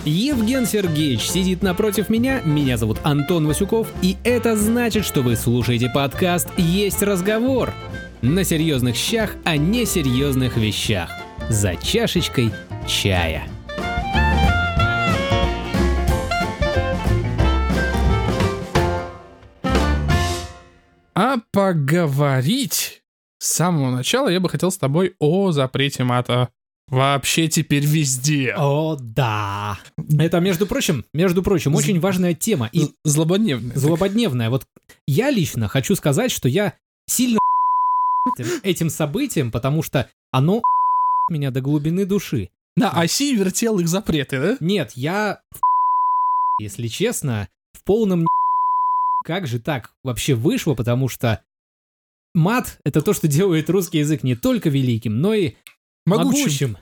Евген Сергеевич сидит напротив меня зовут Антон Васюков, и это значит, что вы слушаете подкаст «Есть разговор» на серьезных щах о несерьезных вещах за чашечкой чая. А поговорить с самого начала я бы хотел с тобой о запрете мата. Вообще теперь везде. О, да. Это, между прочим, очень важная тема. И злободневная. Вот я лично хочу сказать, что я сильно этим событием, потому что оно меня до глубины души. На оси вертел их запреты, да? Нет, я, если честно, в полном как же так вообще вышло, потому что мат — это то, что делает русский язык не только великим, но и могущим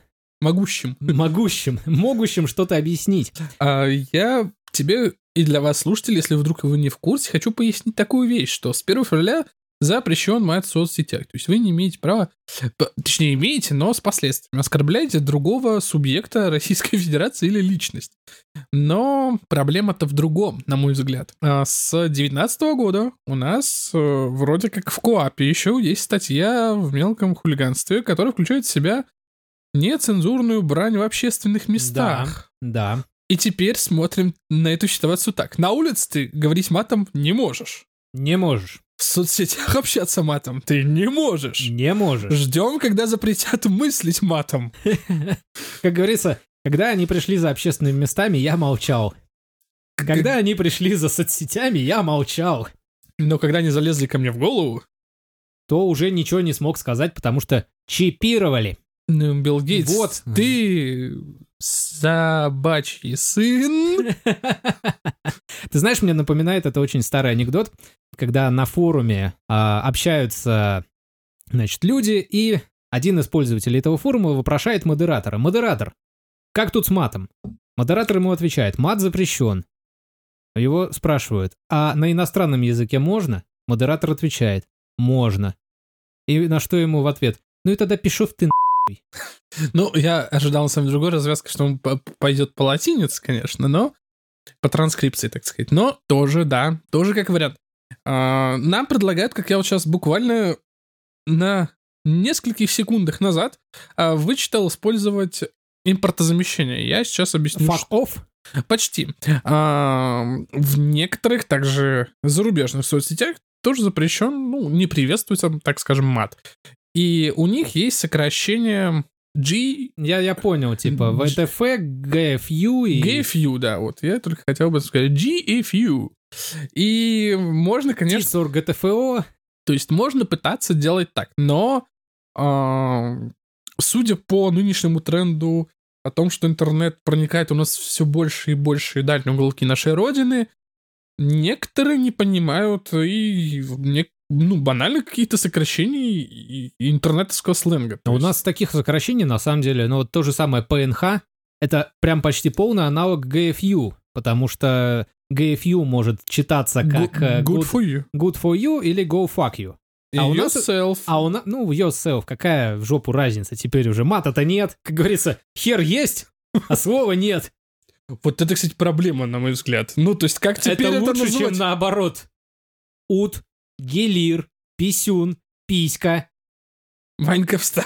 что-то объяснить. Я тебе и для вас, слушатели, если вдруг вы не в курсе, хочу пояснить такую вещь, что с 1 февраля запрещен мат в соцсетях. То есть вы не имеете права, точнее имеете, но с последствиями. Оскорбляете другого субъекта Российской Федерации или личность. Но проблема-то в другом, на мой взгляд. С 2019 года у нас вроде как в КоАПе еще есть статья в мелком хулиганстве, которая включает в себя нецензурную брань в общественных местах. Да. И теперь смотрим на эту ситуацию так. На улице ты говорить матом не можешь. Не можешь. В соцсетях общаться матом ты не можешь. Не можешь. Ждем, когда запретят мыслить матом. Как говорится, когда они пришли за общественными местами, я молчал. Когда они пришли за соцсетями, я молчал. Но когда они залезли ко мне в голову, то уже ничего не смог сказать, потому что чипировали. Ну, Билл Гейтс, вот ты собачий сын. Ты знаешь, мне напоминает это очень старый анекдот, когда на форуме общаются, значит, люди, и один из пользователей этого форума вопрошает модератора. Модератор, как тут с матом? Модератор ему отвечает, мат запрещен. Его спрашивают, а на иностранном языке можно? Модератор отвечает, можно. И на что ему в ответ, ну и тогда пишов ты нахуй. Ну, я ожидал, на самом деле, другой развязки, что он пойдет по латинице, конечно, но по транскрипции, так сказать. Но тоже, да, тоже как вариант. Нам предлагают, как я вот сейчас буквально на нескольких секундах назад вычитал, использовать импортозамещение. Я сейчас объясню. Fuck off? Почти. В некоторых также зарубежных соцсетях тоже запрещен, ну, не приветствуется, так скажем, мат. И у них есть сокращение G... Я понял, типа VTF, GFU и... GFU, да, вот. Я только хотел бы сказать GFU. И можно, конечно... TISOR, GTFO. То есть можно пытаться делать так, но судя по нынешнему тренду о том, что интернет проникает у нас все больше и больше и дальние уголки нашей родины, некоторые не понимают и банально какие-то сокращения интернетовского сленга. У нас таких сокращений, на самом деле, ну вот то же самое PNH, это прям почти полный аналог GFU, потому что GFU может читаться как good for you или go fuck you. И yourself. Yourself, какая в жопу разница, теперь уже мата-то нет. Как говорится, хер есть, а слова нет. Вот это, кстати, проблема, на мой взгляд. Ну, то есть, как теперь это лучше, назвать? Чем наоборот. Ут, гелир, писюн, писька. Ванька встал.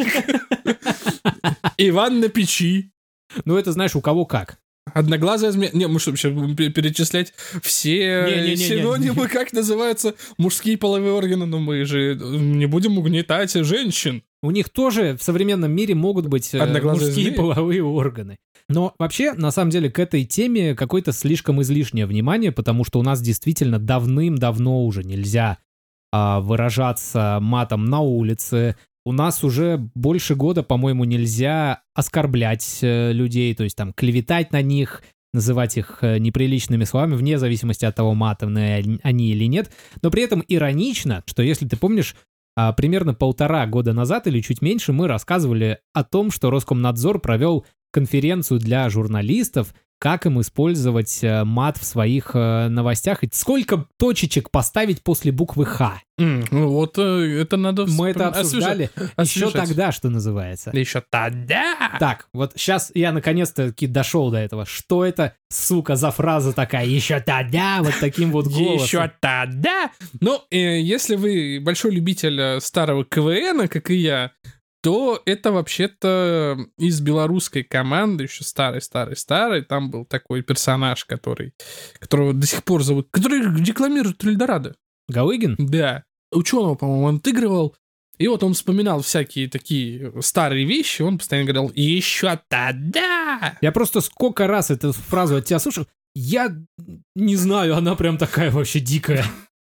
Иван на печи. Ну, это знаешь, у кого как. Одноглазая змея. Не, мы что, сейчас будем перечислять все синонимы, как называются мужские половые органы, но мы же не будем угнетать женщин. У них тоже в современном мире могут быть мужские змеи. Половые органы. Но вообще, на самом деле, к этой теме какое-то слишком излишнее внимание, потому что у нас действительно давным-давно уже нельзя выражаться матом на улице. У нас уже больше года, по-моему, нельзя оскорблять людей, то есть там клеветать на них, называть их неприличными словами, вне зависимости от того, матовые они или нет. Но при этом иронично, что, если ты помнишь, примерно 1,5 года назад или чуть меньше мы рассказывали о том, что Роскомнадзор провел конференцию для журналистов, как им использовать мат в своих новостях, и сколько точечек поставить после буквы «Х». Вот это надо Мы это обсуждали еще освежать. тогда, что называется. Еще тогда. Так, вот сейчас я наконец-таки дошел до этого. Что это, сука, за фраза такая? Еще тогда, вот таким вот голосом. Еще тогда. Ну, если вы большой любитель старого КВН, как и я, то это вообще-то из белорусской команды, еще старый. Там был такой персонаж, которого до сих пор зовут, который декламирует Эльдорадо. Галыгин? Да. Ученого, по-моему, он отыгрывал. И вот он вспоминал всякие такие старые вещи, он постоянно говорил «Еще тогда!». Я просто сколько раз эту фразу от тебя слушал, я не знаю, она прям такая вообще дикая.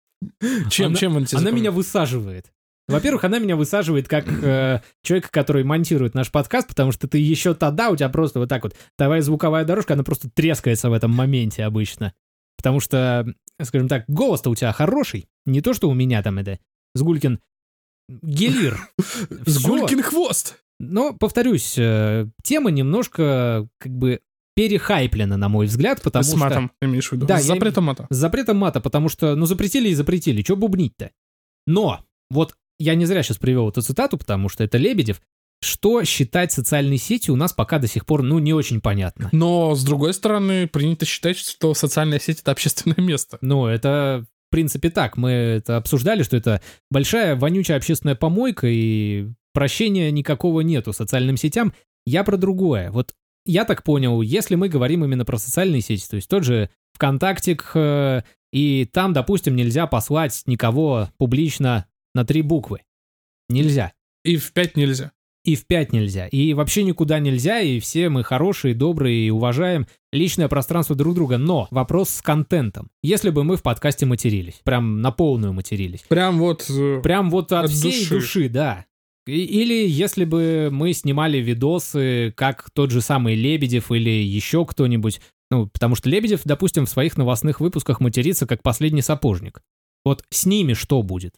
Чем он тебя Она запомнил? меня высаживает. Во-первых, она меня высаживает как человека, который монтирует наш подкаст, потому что ты еще тогда, у тебя просто вот так вот, твоя звуковая дорожка, она просто трескается в этом моменте обычно. Потому что, скажем так, голос-то у тебя хороший, не то, что у меня там это, Сгулькин Гелир. Сгулькин хвост! Но, повторюсь, тема немножко как бы перехайплена, на мой взгляд, потому С что... матом, имеешь в виду? Да, С запретом мата. С запретом мата, потому что, ну, запретили и запретили, что бубнить-то? Но, вот я не зря сейчас привел эту цитату, потому что это Лебедев. Что считать социальной сетью у нас пока до сих пор, ну, не очень понятно. Но, с другой стороны, принято считать, что социальная сеть — это общественное место. Ну, это, в принципе, так. Мы это обсуждали, что это большая вонючая общественная помойка, и прощения никакого нету социальным сетям. Я про другое. Вот я так понял, если мы говорим именно про социальные сети, то есть тот же ВКонтактик, и там, допустим, нельзя послать никого публично на 3 буквы. Нельзя. И в 5 нельзя. И в 5 нельзя. И вообще никуда нельзя, и все мы хорошие, добрые и уважаем личное пространство друг друга. Но вопрос с контентом. Если бы мы в подкасте матерились, прям на полную матерились. Прям вот... Прям вот от От всей души, да. Или если бы мы снимали видосы, как тот же самый Лебедев или еще кто-нибудь. Ну, потому что Лебедев, допустим, в своих новостных выпусках матерится как последний сапожник. Вот с ними что будет?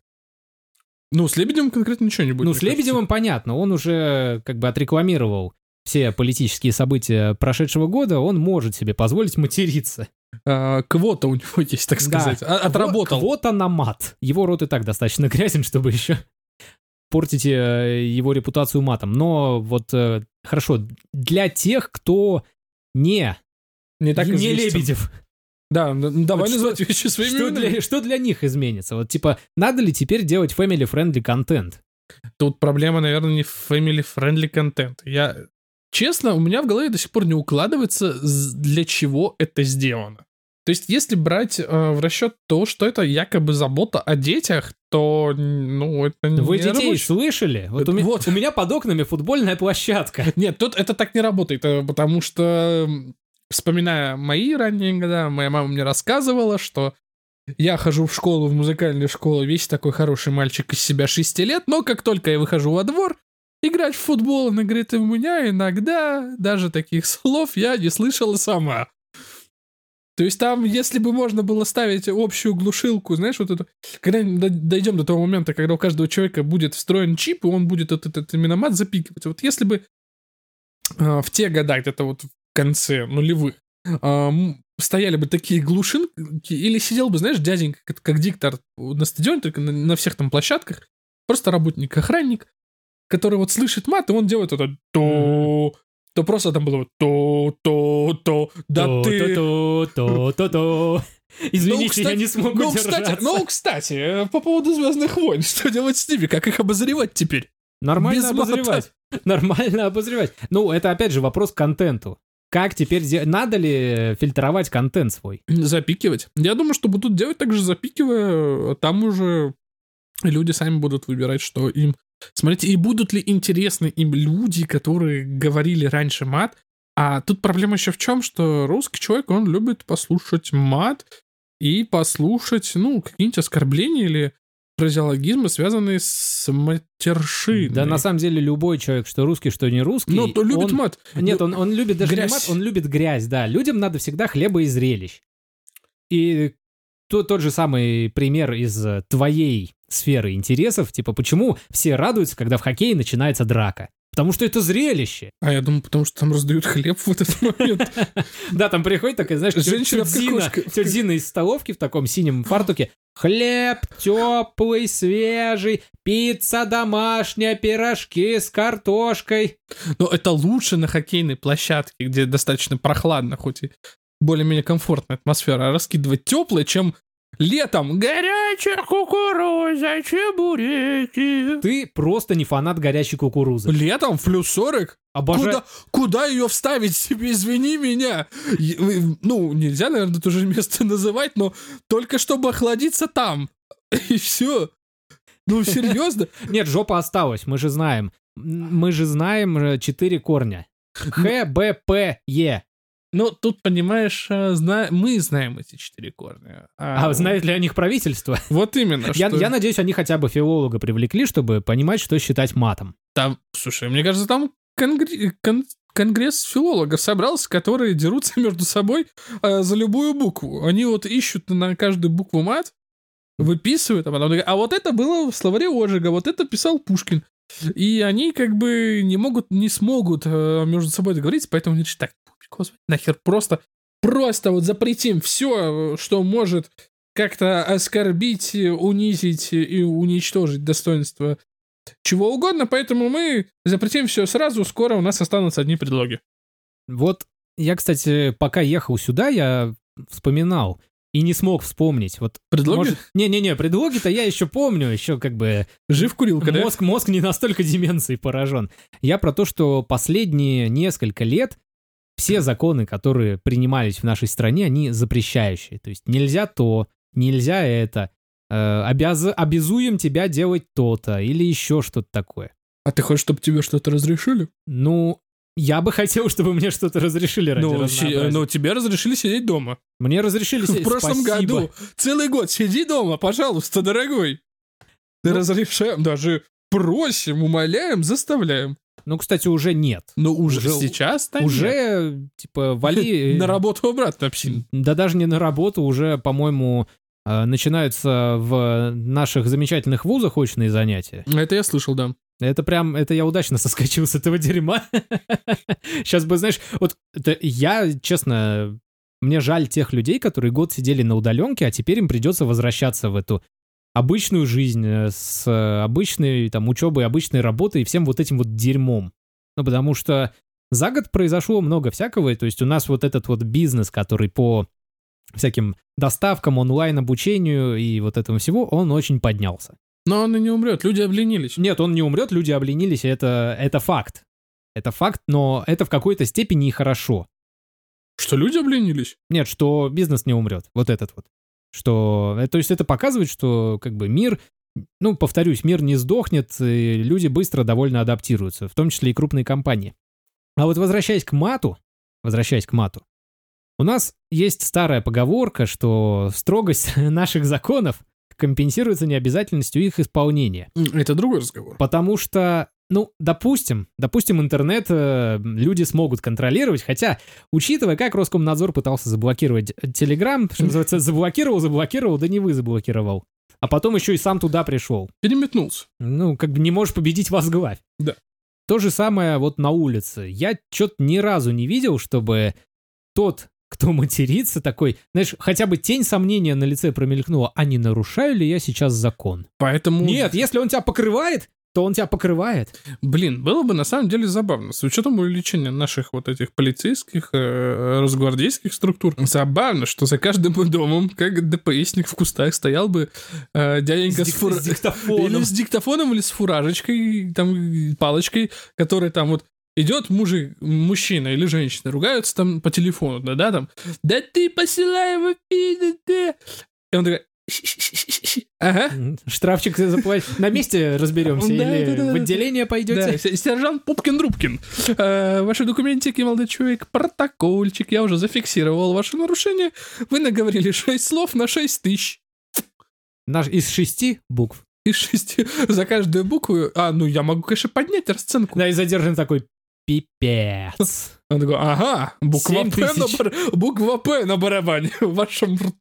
Ну, с Лебедевым конкретно ничего не будет. Ну, мне с Лебедевым понятно, он уже как бы отрекламировал все политические события прошедшего года, он может себе позволить материться. кажется. Квота у него есть, так сказать. Да. Отработал. Квота на мат. Его рот и так достаточно грязен, чтобы еще портить его репутацию матом. Но вот хорошо, для тех, кто не так известен. Лебедев, Да, давай Вот называть вещи своими именами. что для них изменится? Вот типа, надо ли теперь делать family-friendly контент? Тут проблема, наверное, не в family-friendly контент. Честно, у меня в голове до сих пор не укладывается, для чего это сделано. То есть, если брать в расчет то, что это якобы забота о детях, то, ну, это не Вы детей рабочий. слышали? Вот, Вот. у меня под окнами футбольная площадка. Нет, тут это так не работает, потому что, вспоминая мои ранние года, моя мама мне рассказывала, что я хожу в школу, в музыкальную школу, весь такой хороший мальчик из себя 6 лет, но как только я выхожу во двор, играть в футбол, она говорит, у меня иногда даже таких слов я не слышала сама. То есть там, если бы можно было ставить общую глушилку, знаешь, вот это, когда дойдем до того момента, когда у каждого человека будет встроен чип, и он будет этот миномат запикивать. Вот если бы в те года, где-то вот в конце нулевых, стояли бы такие глушилки, или сидел бы, знаешь, дяденька, как диктор на стадионе, только на всех там площадках, просто работник-охранник, который вот слышит мат, и он делает это то просто там было то, да ты... То. Извините, я не смогу держаться. Кстати, по поводу «Звездных войн», что делать с ними, как их обозревать теперь? Нормально Без мата. обозревать. Нормально обозревать. Ну, это опять же вопрос к контенту. Как теперь надо ли фильтровать контент свой? Запикивать. Я думаю, что будут делать так же, запикивая, а там уже люди сами будут выбирать, что им... Смотрите, и будут ли интересны им люди, которые говорили раньше мат. А тут проблема еще в чем, что русский человек, он любит послушать мат и послушать, ну, какие-нибудь оскорбления или фразеологизмы, связанные с матершиной. Да, на самом деле, любой человек, что русский, что не русский... Ну, то любит мат. Нет, он любит даже грязь. не мат, он любит грязь, да. Людям надо всегда хлеба и зрелищ. И тот же самый пример из твоей сферы интересов, типа, почему все радуются, когда в хоккее начинается драка? Потому что это зрелище. А я думаю, потому что там раздают хлеб в этот момент. Да, там приходит такая, знаешь, Женщина в тетя Зина из столовки в таком синем фартуке. Хлеб теплый, свежий, пицца домашняя, пирожки с картошкой. Но это лучше на хоккейной площадке, где достаточно прохладно, хоть и более-менее комфортная атмосфера, раскидывать теплое, чем летом горячая кукуруза, чебуреки. Ты просто не фанат горячей кукурузы. Летом плюс 40? Обожаю. Куда ее вставить себе, извини меня? Ну, нельзя, наверное, то же место называть, но только чтобы охладиться там. И все. Ну, серьезно? Нет, жопа осталась, мы же знаем. Мы же знаем 4 корня. Х, Б, П, Е. Ну, тут, понимаешь, мы знаем эти 4 корня. А знает ли о них правительство? Вот именно. Я надеюсь, они хотя бы филолога привлекли, чтобы понимать, что считать матом. Там, слушай, мне кажется, там конгресс филологов собрался, которые дерутся между собой за любую букву. Они вот ищут на каждую букву мат, выписывают, а потом говорят, а вот это было в словаре Ожега, вот это писал Пушкин. И они как бы не смогут между собой договориться, поэтому они решили, так, господи, нахер просто вот запретим все, что может как-то оскорбить, унизить и уничтожить достоинство чего угодно, поэтому мы запретим все сразу, скоро у нас останутся одни предлоги. Вот я, кстати, пока ехал сюда, я вспоминал и не смог вспомнить. Вот, предлоги? Не-не-не, предлоги-то я еще помню, еще как бы... Жив курилка, да? Мозг не настолько деменцией поражен. Я про то, что последние несколько лет все законы, которые принимались в нашей стране, они запрещающие. То есть нельзя то, нельзя это, обязуем тебя делать то-то или еще что-то такое. А ты хочешь, чтобы тебе что-то разрешили? Ну, я бы хотел, чтобы мне что-то разрешили ради разнообразия. Но тебе разрешили сидеть дома. Мне разрешили сидеть. В прошлом году. Целый год сиди дома, пожалуйста, дорогой. Разрешаем, даже просим, умоляем, заставляем. Ну, кстати, уже нет. Ну, уже сейчас-то уже, нет. Типа, вали... На работу обратно общин. Да даже не на работу, уже, по-моему, начинаются в наших замечательных вузах очные занятия. Это я слышал, да. Это я удачно соскочил с этого дерьма. Сейчас бы, знаешь, вот я, честно, мне жаль тех людей, которые год сидели на удаленке, а теперь им придется возвращаться в эту обычную жизнь с обычной там учебой, обычной работой и всем вот этим вот дерьмом. Ну, потому что за год произошло много всякого, то есть у нас вот этот вот бизнес, который по всяким доставкам, онлайн-обучению и вот этому всего, он очень поднялся. Но он и не умрет, люди обленились. Нет, он не умрет, люди обленились, это факт. Это факт, но это в какой-то степени и хорошо. Что люди обленились? Нет, что бизнес не умрет, вот этот вот. Что, то есть это показывает, что как бы мир, ну, повторюсь, мир не сдохнет, и люди быстро довольно адаптируются, в том числе и крупные компании. А вот возвращаясь к мату, у нас есть старая поговорка, что строгость наших законов компенсируется необязательностью их исполнения. Это другой разговор. Потому что, ну, допустим, интернет люди смогут контролировать, хотя, учитывая, как Роскомнадзор пытался заблокировать Telegram, что называется, заблокировал, да не вы заблокировал. А потом еще и сам туда пришел. Переметнулся. Ну, как бы не можешь победить возглавь. Да. То же самое вот на улице. Я что-то ни разу не видел, чтобы тот, кто матерится, такой, знаешь, хотя бы тень сомнения на лице промелькнула, а не нарушаю ли я сейчас закон? Поэтому... Нет, если он тебя покрывает, то он тебя покрывает. Блин, было бы на самом деле забавно. С учетом увеличения наших вот этих полицейских, росгвардейских структур, забавно, что за каждым домом, как ДПСник в кустах, стоял бы дяденька с диктофоном. Или с диктофоном, или с фуражечкой, там, палочкой, который там вот идет мужчина или женщина, ругаются там по телефону, да, там, да ты посылай его, да. И он такой, ага. Штрафчик заплатить. На месте разберемся или в отделение пойдете? Да, сержант Пупкин-Друпкин. Ваши документики, молодой человек, протокольчик, я уже зафиксировал ваше нарушение. Вы наговорили 6 слов на 6 тысяч. Из 6 букв? Из 6. За каждую букву. Ну я могу, конечно, поднять расценку. Да, и задержан такой, пипец. Он такой, ага, буква П на барабане в вашем рту.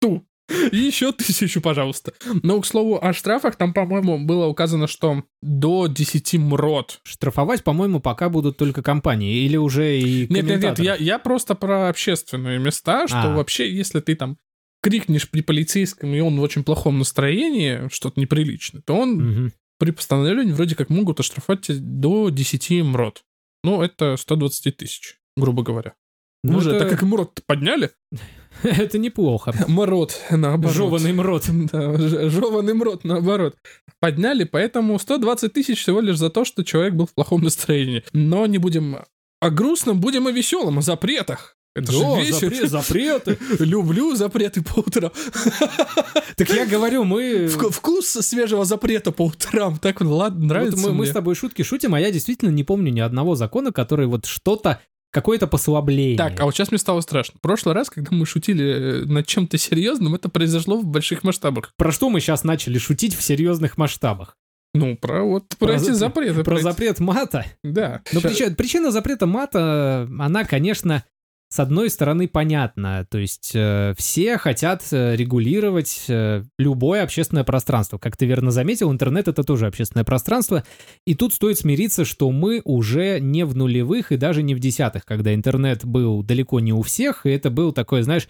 И еще 1000, пожалуйста. Но, к слову, о штрафах там, по-моему, было указано, что до 10 МРОТ. Штрафовать, по-моему, пока будут только компании или уже и комментаторы. Нет, я просто про общественные места, что вообще, если ты там крикнешь при полицейском, и он в очень плохом настроении, что-то неприличное, то он при постановлении вроде как могут оштрафовать до 10 МРОТ. Ну, это 120 тысяч, грубо говоря. Ну, Уже, это... так как МРОТ подняли... Это неплохо. МРОТ, наоборот. Жеванный МРОТ. Да, жеванный МРОТ, наоборот. Подняли, поэтому 120 тысяч всего лишь за то, что человек был в плохом настроении. Но не будем о грустном, будем о веселом, о запретах. Это же весело. Запреты. Люблю запреты по утрам. Так я говорю, мы... Вкус свежего запрета по утрам. Так, ладно, нравится мы мне. с тобой шутки шутим, а я действительно не помню ни одного закона, который вот что-то, какое-то послабление. Так, а вот сейчас мне стало страшно. В прошлый раз, когда мы шутили над чем-то серьезным, это произошло в больших масштабах. Про что мы сейчас начали шутить в серьезных масштабах? Ну, про эти запреты. Про запрет мата? Да. Но причина запрета мата, она, конечно... С одной стороны, понятно, то есть все хотят регулировать любое общественное пространство. Как ты верно заметил, интернет — это тоже общественное пространство, и тут стоит смириться, что мы уже не в нулевых и даже не в десятых, когда интернет был далеко не у всех, и это был такой, знаешь,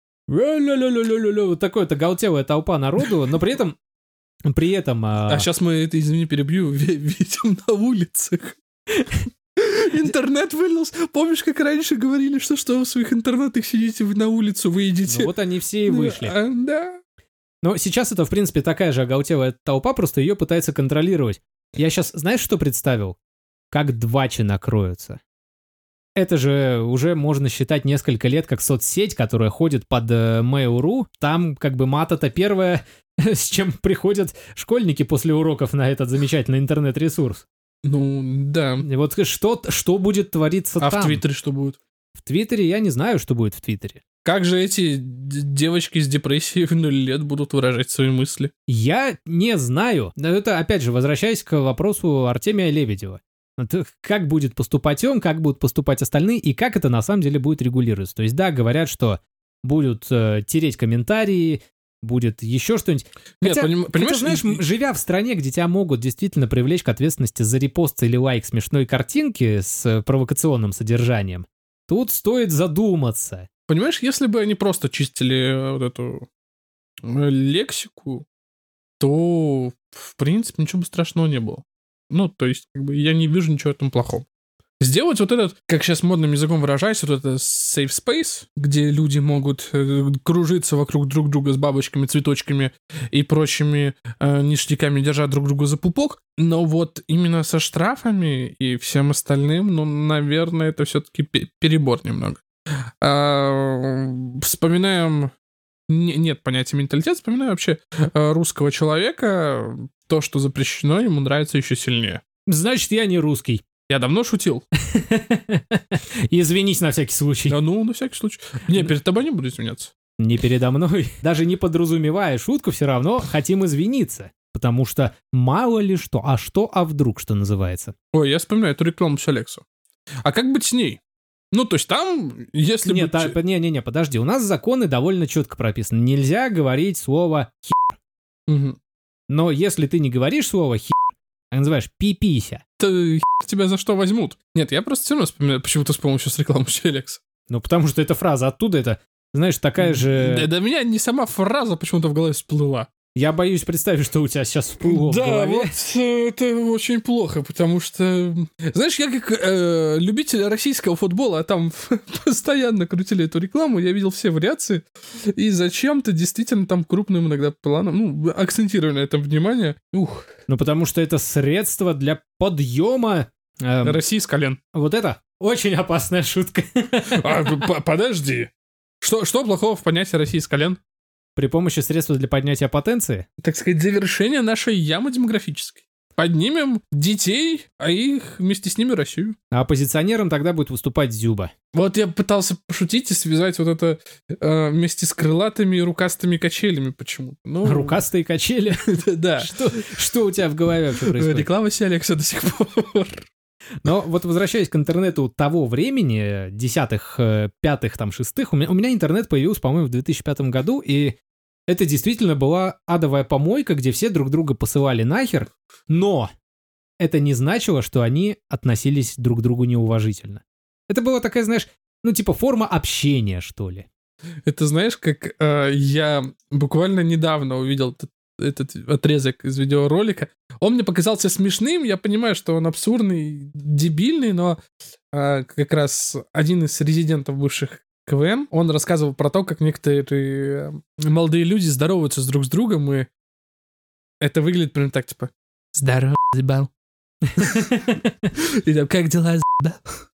вот такой-то галтелая толпа народу, но при этом... А сейчас мы это, извини, перебью, видим на улицах. Интернет вылился. Помнишь, как раньше говорили, что в своих интернетах сидите, вы на улицу выйдете? Ну, вот они все и вышли. Да. Но сейчас это, в принципе, такая же оголтелая толпа, просто ее пытается контролировать. Я сейчас, знаешь, что представил? Как двачи накроются. Это же уже можно считать несколько лет как соцсеть, которая ходит под Mail.ru. Там как бы мат-то первое, с чем приходят школьники после уроков на этот замечательный интернет-ресурс. Ну, да. И вот что будет твориться там? А в Твиттере что будет? В Твиттере я не знаю, что будет в Твиттере. Как же эти девочки с депрессией в 0 лет будут выражать свои мысли? Я не знаю. Это, опять же, возвращаясь к вопросу Артемия Лебедева. Как будет поступать он, как будут поступать остальные, и как это на самом деле будет регулироваться. То есть, да, говорят, что будут тереть комментарии, будет еще что-нибудь. Нет, понимаешь, знаешь, живя в стране, где тебя могут действительно привлечь к ответственности за репост или лайк смешной картинки с провокационным содержанием, тут стоит задуматься. Понимаешь, если бы они просто чистили вот эту лексику, то, в принципе, ничего бы страшного не было. Ну, то есть, как бы, я не вижу ничего в этом плохого. Сделать вот этот, как сейчас модным языком выражаясь, вот это safe space, где люди могут кружиться вокруг друг друга с бабочками, цветочками и прочими ништяками, держать друг друга за пупок, но вот именно со штрафами и всем остальным, ну, наверное, это все-таки перебор немного. Вспоминаем... Нет понятия менталитет, вспоминаем вообще русского человека, то, что запрещено, ему нравится еще сильнее. Значит, я не русский. Я давно шутил. Извинись на всякий случай. Да, ну, на всякий случай. Не, перед тобой не буду извиняться. Не передо мной. Даже не подразумевая шутку, все равно хотим извиниться. Потому что мало ли что, а вдруг, что называется. Ой, я вспоминаю эту рекламу с Алексу. А как быть с ней? Ну, то есть там, если... Нет, не, подожди, у нас законы довольно четко прописаны. Нельзя говорить слово «хер». Угу. Но если ты не говоришь слово «хер», а называешь «пипися», то тебя за что возьмут? Нет, я просто все равно вспоминаю, почему-то вспомнил сейчас рекламу с Алекса. Ну, потому что эта фраза оттуда, это, знаешь, такая же... Да, меня не сама фраза почему-то в голове всплыла. Я боюсь представить, что у тебя сейчас всплыло в голове. Да, вот это очень плохо, потому что... Знаешь, я как любитель российского футбола, а там постоянно крутили эту рекламу, я видел все вариации, и зачем-то действительно там крупным иногда планом, акцентировали на этом внимание. Ух. Ну, потому что это средство для подъема... России с колен. Вот это очень опасная шутка. Подожди. Что плохого в понятии России с колен? При помощи средства для поднятия потенции? Так сказать, завершение нашей ямы демографической. Поднимем детей, а их вместе с ними Россию. А оппозиционером тогда будет выступать Дзюба. Вот я пытался пошутить и связать вот это вместе с крылатыми и рукастыми качелями почему-то. Рукастые качели? Да. Что у тебя в голове вообще происходит? Реклама с Алекса до сих пор. Но вот возвращаясь к интернету того времени, 10-х, 5-х, там, 6-х, у меня интернет появился, по-моему, в 2005 году, и Это действительно была адовая помойка, где все друг друга посылали нахер, но это не значило, что они относились друг к другу неуважительно. Это была такая, знаешь, типа форма общения, что ли. Это знаешь, как я буквально недавно увидел этот отрезок из видеоролика. Он мне показался смешным, я понимаю, что он абсурдный, дебильный, но как раз один из резидентов бывших КВН, он рассказывал про то, как некоторые молодые люди здороваются друг с другом, и это выглядит примерно так, типа: «Здорово, ебал». И там: «Как дела, ебал?»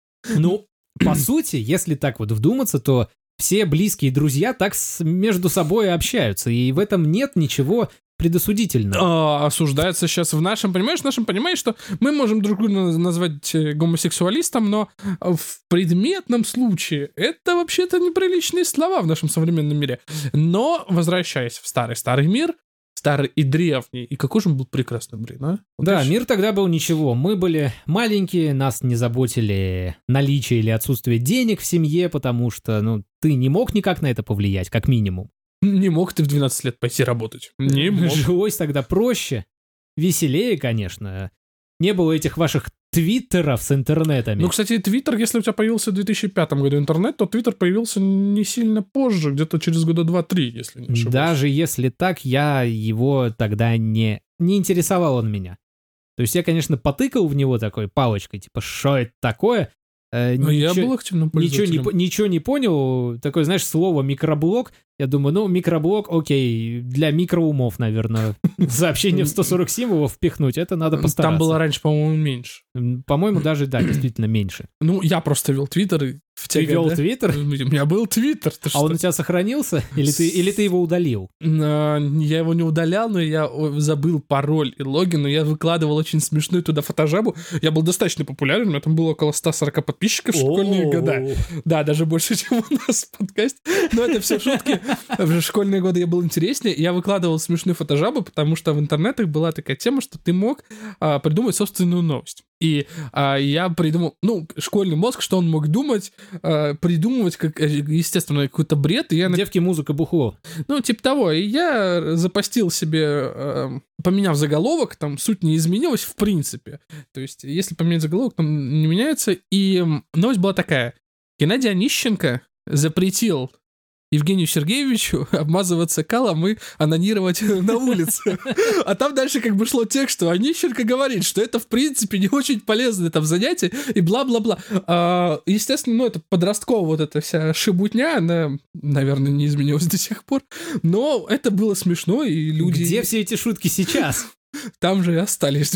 Ну, по сути, если так вот вдуматься, то все близкие друзья так между собой общаются, и в этом нет ничего предосудительного. Осуждается сейчас в нашем понимании, что мы можем друг друга назвать гомосексуалистом, но в предметном случае это вообще-то неприличные слова в нашем современном мире. Но, возвращаясь в старый мир, старый и древний, и какой же он был прекрасный, а? Вот Да, мир тогда был ничего. Мы были маленькие, нас не заботили наличие или отсутствие денег в семье, потому что, ты не мог никак на это повлиять, как минимум. Не мог ты в 12 лет пойти работать. Не мог. Жилось тогда проще, веселее, конечно. Не было этих ваших твиттеров с интернетами. Ну, кстати, твиттер, если у тебя появился в 2005 году интернет, то твиттер появился не сильно позже, где-то через года 2-3, если не ошибаюсь. Даже если так, я его тогда не интересовал он меня. То есть я, конечно, потыкал в него такой палочкой, типа, что это такое? Но я был активным пользователем. Ничего не понял. Такое, знаешь, слово «микроблог». Я думаю, микроблог, окей, для микроумов, наверное. Сообщение в 140 символов впихнуть, это надо постараться. Там было раньше, по-моему, меньше. По-моему, даже, да, действительно меньше. Ну, я просто вел твиттер. Ты вел твиттер? У меня был твиттер. Он у тебя сохранился? Или ты его удалил? Я его не удалял, но я забыл пароль и логин, но я выкладывал очень смешную туда фотожабу. Я был достаточно популярен, у меня там было около 140 подписчиков в школьные года. Да, даже больше, чем у нас в подкасте. Но это все шутки. В школьные годы я был интереснее. Я выкладывал смешную фотожабу, потому что в интернетах была такая тема, что ты мог придумать собственную новость. И я придумал, школьный мозг, что он мог думать, придумывать, как, естественно, какой-то бред. И Девки, музыка, бухло. Типа того. И я запостил себе, поменяв заголовок, там суть не изменилась в принципе. То есть, если поменять заголовок, там не меняется. И новость была такая. Геннадий Онищенко запретил Евгению Сергеевичу обмазываться калом и анонировать на улице. А там дальше как бы шло текст, что Онищенко говорит, что это в принципе не очень полезное там занятие и бла-бла-бла. Естественно, это подростковая вот эта вся шебутня, она, наверное, не изменилась до сих пор, но это было смешно, и люди... Где все эти шутки сейчас? Там же и остались с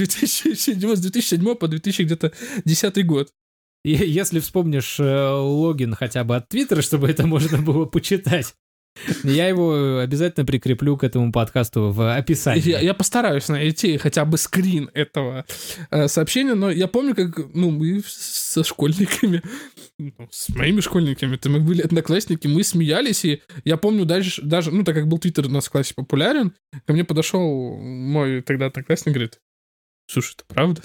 2007 по 2010 год. И если вспомнишь логин хотя бы от Твиттера, чтобы это можно было почитать, я его обязательно прикреплю к этому подкасту в описании. Я постараюсь найти хотя бы скрин этого сообщения, но я помню, как мы со школьниками, с моими школьниками, это мы были одноклассники, мы смеялись, и я помню даже, так как был Твиттер у нас в классе популярен, ко мне подошел мой тогда одноклассник, говорит: «Слушай, это правда?»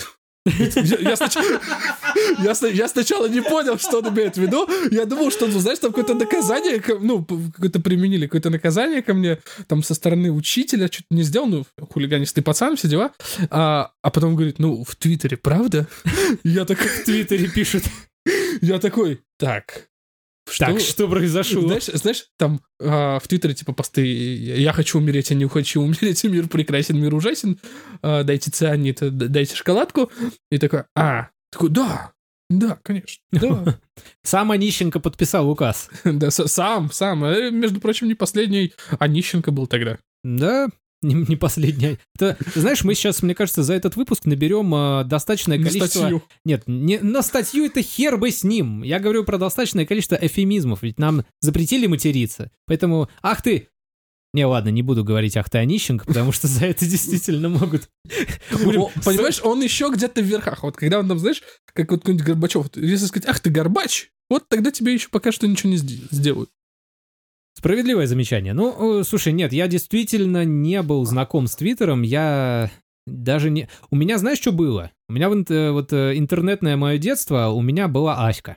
Я сначала не понял, что он имеет в виду. Я думал, что, знаешь, там какое-то наказание, какое-то применили, какое-то наказание ко мне, там со стороны учителя, что-то не сделал, хулиганистый пацан, все дела. А потом говорит: в Твиттере, правда? Я такой... В Твиттере пишут. Я такой: так... Что произошло? Знаешь, там в Твиттере типа посты: «Я хочу умереть, я не хочу умереть, мир прекрасен, мир ужасен, дайте цианид, дайте шоколадку». И такой: да, конечно, да. Сам Онищенко подписал указ. Да, сам. Между прочим, не последний Онищенко был тогда. Да, не последняя. Знаешь, мы сейчас, мне кажется, за этот выпуск наберем достаточное количество... На статью. Нет, не на статью, это хер бы с ним. Я говорю про достаточное количество эвфемизмов, ведь нам запретили материться. Поэтому, ах ты... Не, ладно, не буду говорить «ах ты, Онищенко», потому что за это действительно могут... Понимаешь, он еще где-то в верхах. Вот когда он там, знаешь, как вот какой-нибудь Горбачев, если сказать «ах ты, Горбач», вот тогда тебе еще пока что ничего не сделают. Справедливое замечание. Слушай, нет, я действительно не был знаком с Твиттером, я даже не... У меня, знаешь, что было? У меня интернетное мое детство, у меня была Аська.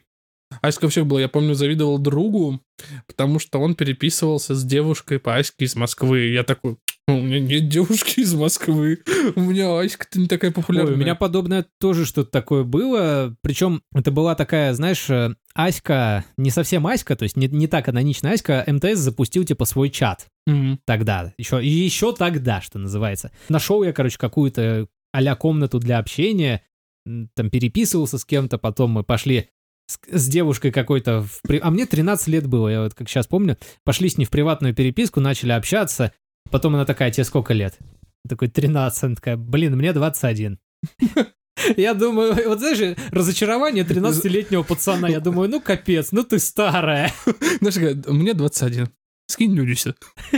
Аська у всех была. Я помню, завидовал другу, потому что он переписывался с девушкой по Аське из Москвы. Я такой, у меня нет девушки из Москвы. У меня Аська-то не такая популярная. Ой, у меня подобное тоже что-то такое было. Причем это была такая, знаешь, Аська, не совсем Аська, то есть не так каноничная Аська, МТС запустил типа свой чат тогда. Еще тогда, что называется. Нашел я, короче, какую-то а-ля комнату для общения, там переписывался с кем-то, потом мы пошли с девушкой какой-то, а мне 13 лет было, я вот как сейчас помню, пошли с ней в приватную переписку, начали общаться, потом она такая, тебе сколько лет? Я такой, 13, она такая, блин, мне 21. Я думаю, вот знаешь, разочарование 13-летнего пацана, я думаю, ну капец, ну ты старая. Знаешь, мне 21, скинь нюдися.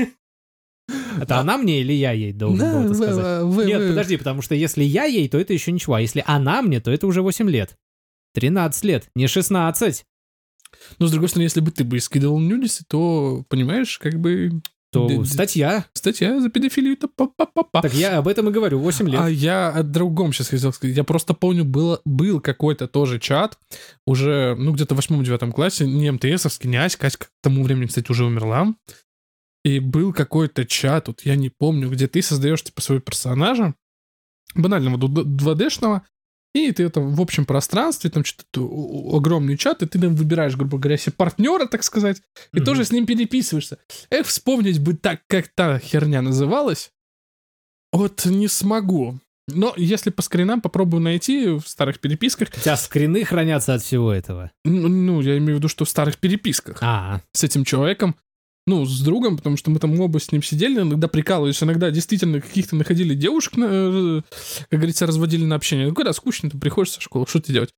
Это она мне или я ей должен был это сказать? Нет, подожди, потому что если я ей, то это еще ничего, а если она мне, то это уже 8 лет. 13 лет, не 16. Но, с другой стороны, если бы ты бы скидывал нюдисы, то, понимаешь, как бы... То статья. Статья за педофилию-то па-па-па-па. Так я об этом и говорю, 8 лет. А я о другом сейчас хотел сказать. Я просто помню, был какой-то тоже чат, уже, ну, где-то в 8-9 классе, не МТСовский, не Аська. Аська к тому времени, кстати, уже умерла. И был какой-то чат, вот я не помню, где ты создаешь, типа, своего персонажа, банального 2D-шного, и ты там в общем пространстве, там что-то огромный чат, и ты там выбираешь, грубо говоря, себе партнера, так сказать, и тоже с ним переписываешься. Эх, вспомнить бы так, как та херня называлась, вот не смогу. Но если по скринам попробую найти в старых переписках... У тебя скрины хранятся от всего этого? Ну, я имею в виду, что в старых переписках. С этим человеком, ну, с другом, потому что мы там оба с ним сидели, иногда прикалывались, иногда действительно каких-то находили девушек, как говорится, разводили на общение. Ну, когда скучно, ты приходишь со школы, что ты делать?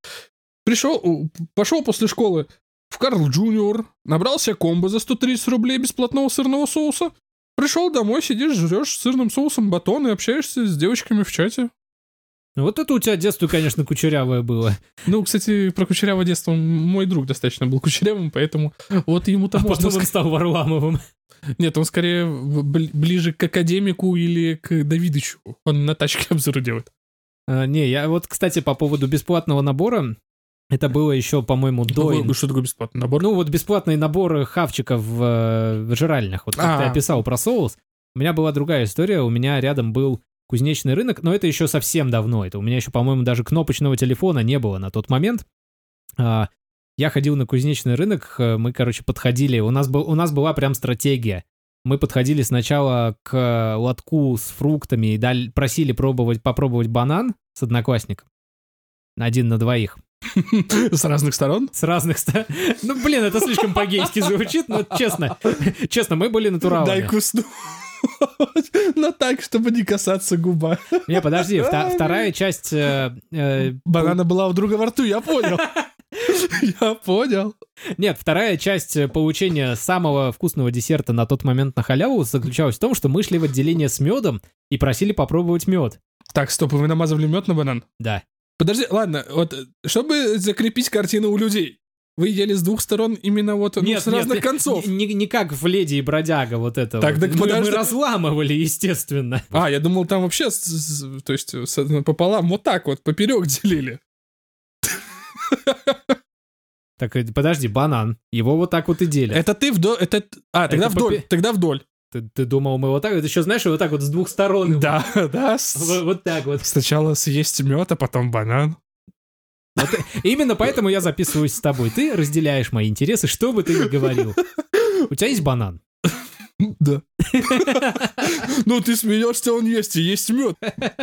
Пошел после школы в Карл Джуниор, набрал себе комбо за 130 рублей бесплатного сырного соуса, пришел домой, сидишь, жрешь сырным соусом батон и общаешься с девочками в чате. Вот это у тебя детство, конечно, кучерявое было. Ну, кстати, про кучерявое детство мой друг достаточно был кучерявым, поэтому вот ему-то можно... потом он стал Варламовым. Нет, он скорее ближе к академику или к Давидычу. Он на тачке обзоры делает. Не, я вот, кстати, по поводу бесплатного набора, это было еще, по-моему, до... Что такое бесплатный набор? Ну, вот бесплатный набор хавчиков в жральных. Вот как ты описал про соус. У меня была другая история. У меня рядом был кузнечный рынок, но это еще совсем давно. Это у меня еще, по-моему, даже кнопочного телефона не было на тот момент. Я ходил на кузнечный рынок, мы, короче, подходили. У нас была прям стратегия. Мы подходили сначала к лотку с фруктами и просили попробовать банан с одноклассником. 1 на 2. С разных сторон? С разных сторон. Ну, блин, это слишком по-гейски звучит, но честно, мы были натуралами. Дай кусну. Но так, чтобы не касаться губа. Не, подожди, вторая часть... Банана была у друга во рту, я понял. Я понял. Нет, вторая часть получения самого вкусного десерта на тот момент на халяву заключалась в том, что мы шли в отделение с медом и просили попробовать мед. Так, стоп, вы намазывали мед на банан? Да. Подожди, ладно, вот, чтобы закрепить картину у людей, вы ели с двух сторон именно вот с разных концов? Не как в «Леди и бродяга» вот это так, вот. Мы разламывали, естественно. Я думал, там вообще, то есть пополам вот так вот, поперек делили. Так, подожди, банан. Его вот так вот и делят. Это ты вдоль... тогда вдоль. Тогда вдоль. Ты думал, мы вот так? Это еще, знаешь, вот так вот с двух сторон. Да. Вот так вот. Сначала съесть мед, а потом банан. Вот, именно поэтому я записываюсь с тобой. Ты разделяешь мои интересы, что бы ты ни говорил. У тебя есть банан? Да. Ну, ты смеешься, он есть, и есть мед.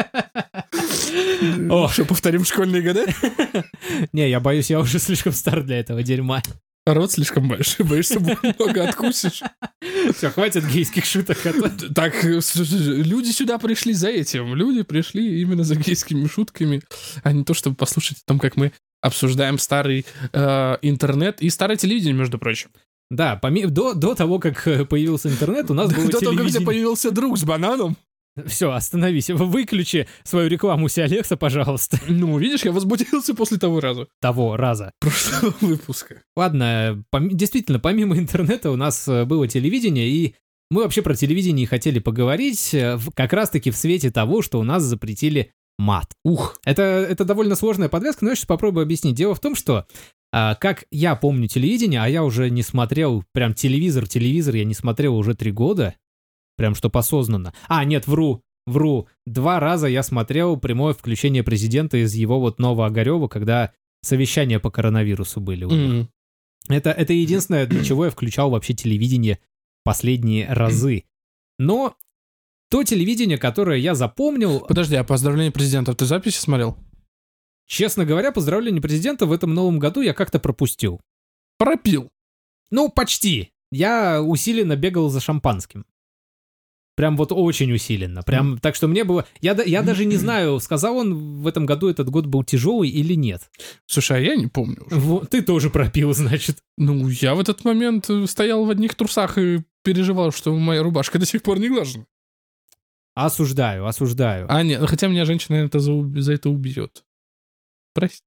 Что, повторим школьные годы? Не, я боюсь, я уже слишком стар для этого дерьма. Рот слишком большой, боишься, много откусишь. Все, хватит гейских шуток. Так, люди сюда пришли за этим. Люди пришли именно за гейскими шутками, а не то, чтобы послушать о том, как мы обсуждаем старый интернет и старое телевидение, между прочим. Да, до того, как появился интернет, у нас было телевидение. До того, как у тебя появился друг с бананом. Все, остановись. Выключи свою рекламу у Алекса, пожалуйста. Ну, видишь, я возбудился после того раза. Прошлого выпуска. Ладно, действительно, помимо интернета у нас было телевидение, и мы вообще про телевидение хотели поговорить как раз-таки в свете того, что у нас запретили мат. Это довольно сложная подвязка, но я сейчас попробую объяснить. Дело в том, что Как я помню телевидение, а я уже не смотрел прям телевизор я не смотрел уже 3 года, прям чтоб осознанно. Нет, вру. 2 раза я смотрел прямое включение президента из его вот Новоогарева, когда совещания по коронавирусу были у них. Это единственное, для чего я включал вообще телевидение последние разы. Но то телевидение, которое я запомнил... Подожди, а поздравление президентов ты записи смотрел? Честно говоря, поздравление президента в этом новом году я как-то пропустил. Пропил. Ну, почти. Я усиленно бегал за шампанским. Прям вот очень усиленно. Прям так, что мне было... Я даже не знаю, сказал он в этом году этот год был тяжелый или нет. Слушай, а я не помню уже. Ты тоже пропил, значит. Ну, я в этот момент стоял в одних трусах и переживал, что моя рубашка до сих пор не глажена. Осуждаю. Нет, хотя меня женщина это за это убьет. Прости.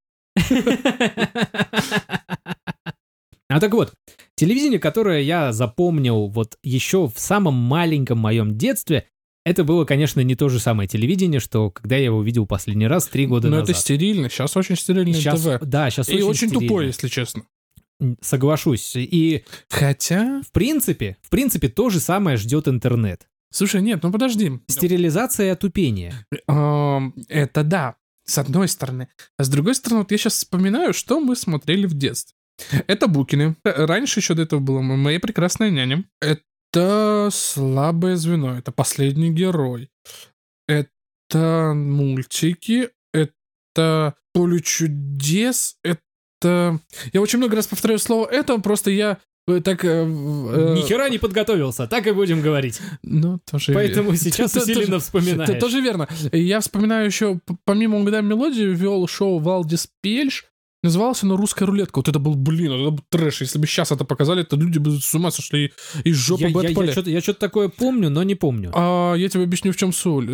Так вот, телевидение, которое я запомнил вот еще в самом маленьком моем детстве, это было, конечно, не то же самое телевидение, что когда я его видел последний раз 3 года назад. Но это стерильно, сейчас очень стерильное ТВ. Да, сейчас очень очень стерильно. Тупое, если честно. Соглашусь. И хотя... В принципе, то же самое ждет интернет. Слушай, нет, ну подожди. Стерилизация и отупение. Это да, с одной стороны. А с другой стороны, вот я сейчас вспоминаю, что мы смотрели в детстве. Это Букины. Раньше еще до этого было «Моя прекрасная няня». Это «Слабое звено». Это «Последний герой». Это мультики. Это «Поле чудес». Это... Я очень много раз повторяю слово «это», просто я так... Ни хера не подготовился, так и будем говорить. Ну, тоже поэтому сейчас усиленно вспоминаешь. Это тоже верно. Я вспоминаю еще, помимо «Угадай мелодию», вел шоу «Валдис Пельш». Назывался оно «Русская рулетка». Вот это был, это был трэш. Если бы сейчас это показали, то люди бы с ума сошли и с жопы бы отпали. Я что-то такое помню, но не помню. Я тебе объясню, в чем суль.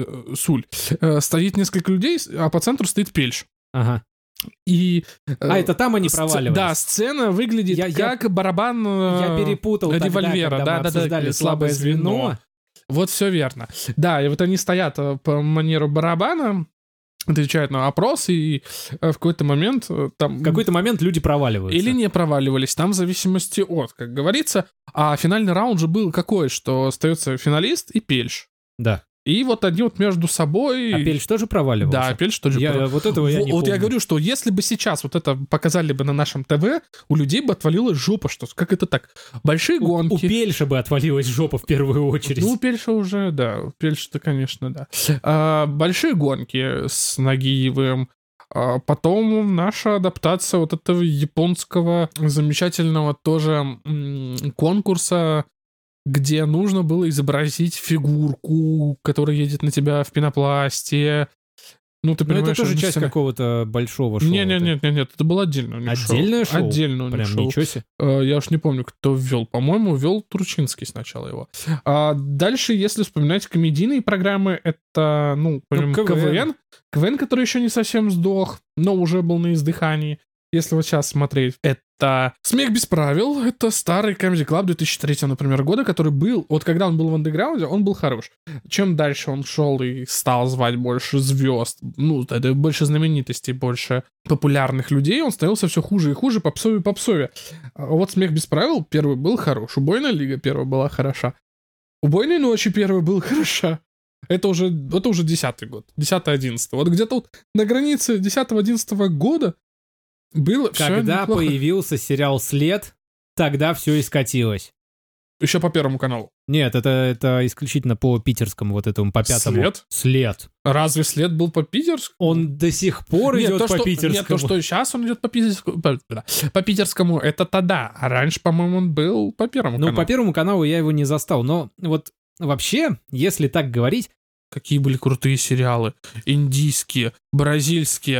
Стоит несколько людей, а по центру стоит Пельш. Ага. И... это там они проваливались. Да, сцена выглядит как барабан я перепутал револьвера. Тогда, когда мы обсуждали «Слабое звено». Вот все верно. Да, и вот они стоят по манеру барабана, отвечают на вопросы, и в какой-то момент там... В какой-то момент люди проваливаются. Или не проваливались, там в зависимости от, как говорится. А финальный раунд же был какой, что остается финалист и Пельш. Да. И вот они вот между собой... А Пельш тоже проваливался? Да, Пельш тоже проваливался. Вот этого я не помню. Вот я говорю, что если бы сейчас вот это показали бы на нашем ТВ, у людей бы отвалилась жопа, что как это так? Большие гонки. У Пельша бы отвалилась жопа в первую очередь. Ну, у Пельша уже, да. У Пельша-то, конечно, да. Большие гонки с Нагиевым. Потом наша адаптация вот этого японского замечательного тоже конкурса, где нужно было изобразить фигурку, которая едет на тебя в пенопласте. Ну, ты понимаешь, это тоже часть какого-то большого шоу. Нет, это было отдельное у них Отдельное шоу? Отдельное у них прям шоу. Ничего себе. Я уж не помню, кто ввел. По-моему, ввел Турчинский сначала его. Дальше, если вспоминать комедийные программы, это, помимо КВН, который еще не совсем сдох, но уже был на издыхании. Если вот сейчас смотреть, это «Смех без правил», это старый Comedy Club 2003, например, года, который был, вот когда он был в андеграунде, он был хорош. Чем дальше он шел и стал звать больше звезд, это больше знаменитостей, больше популярных людей, он становился все хуже и хуже, попсове. А вот «Смех без правил» первый был хорош, «Убойная лига» первая была хороша, «Убойной ночи» первая была хороша. Это уже 10-й год, 10-11. Вот где-то вот на границе 10-11 года было когда появился сериал «След», тогда все и скатилось. Еще по Первому каналу. Нет, это исключительно по питерскому, вот этому, по 5-му. След? Разве «След» был по питерскому? Он до сих пор идет по питерскому. Нет, то, что сейчас он идет по питерскому. По питерскому это тогда. А раньше, по-моему, он был по Первому каналу. По Первому каналу я его не застал. Но вот вообще, если так говорить... Какие были крутые сериалы. Индийские, бразильские,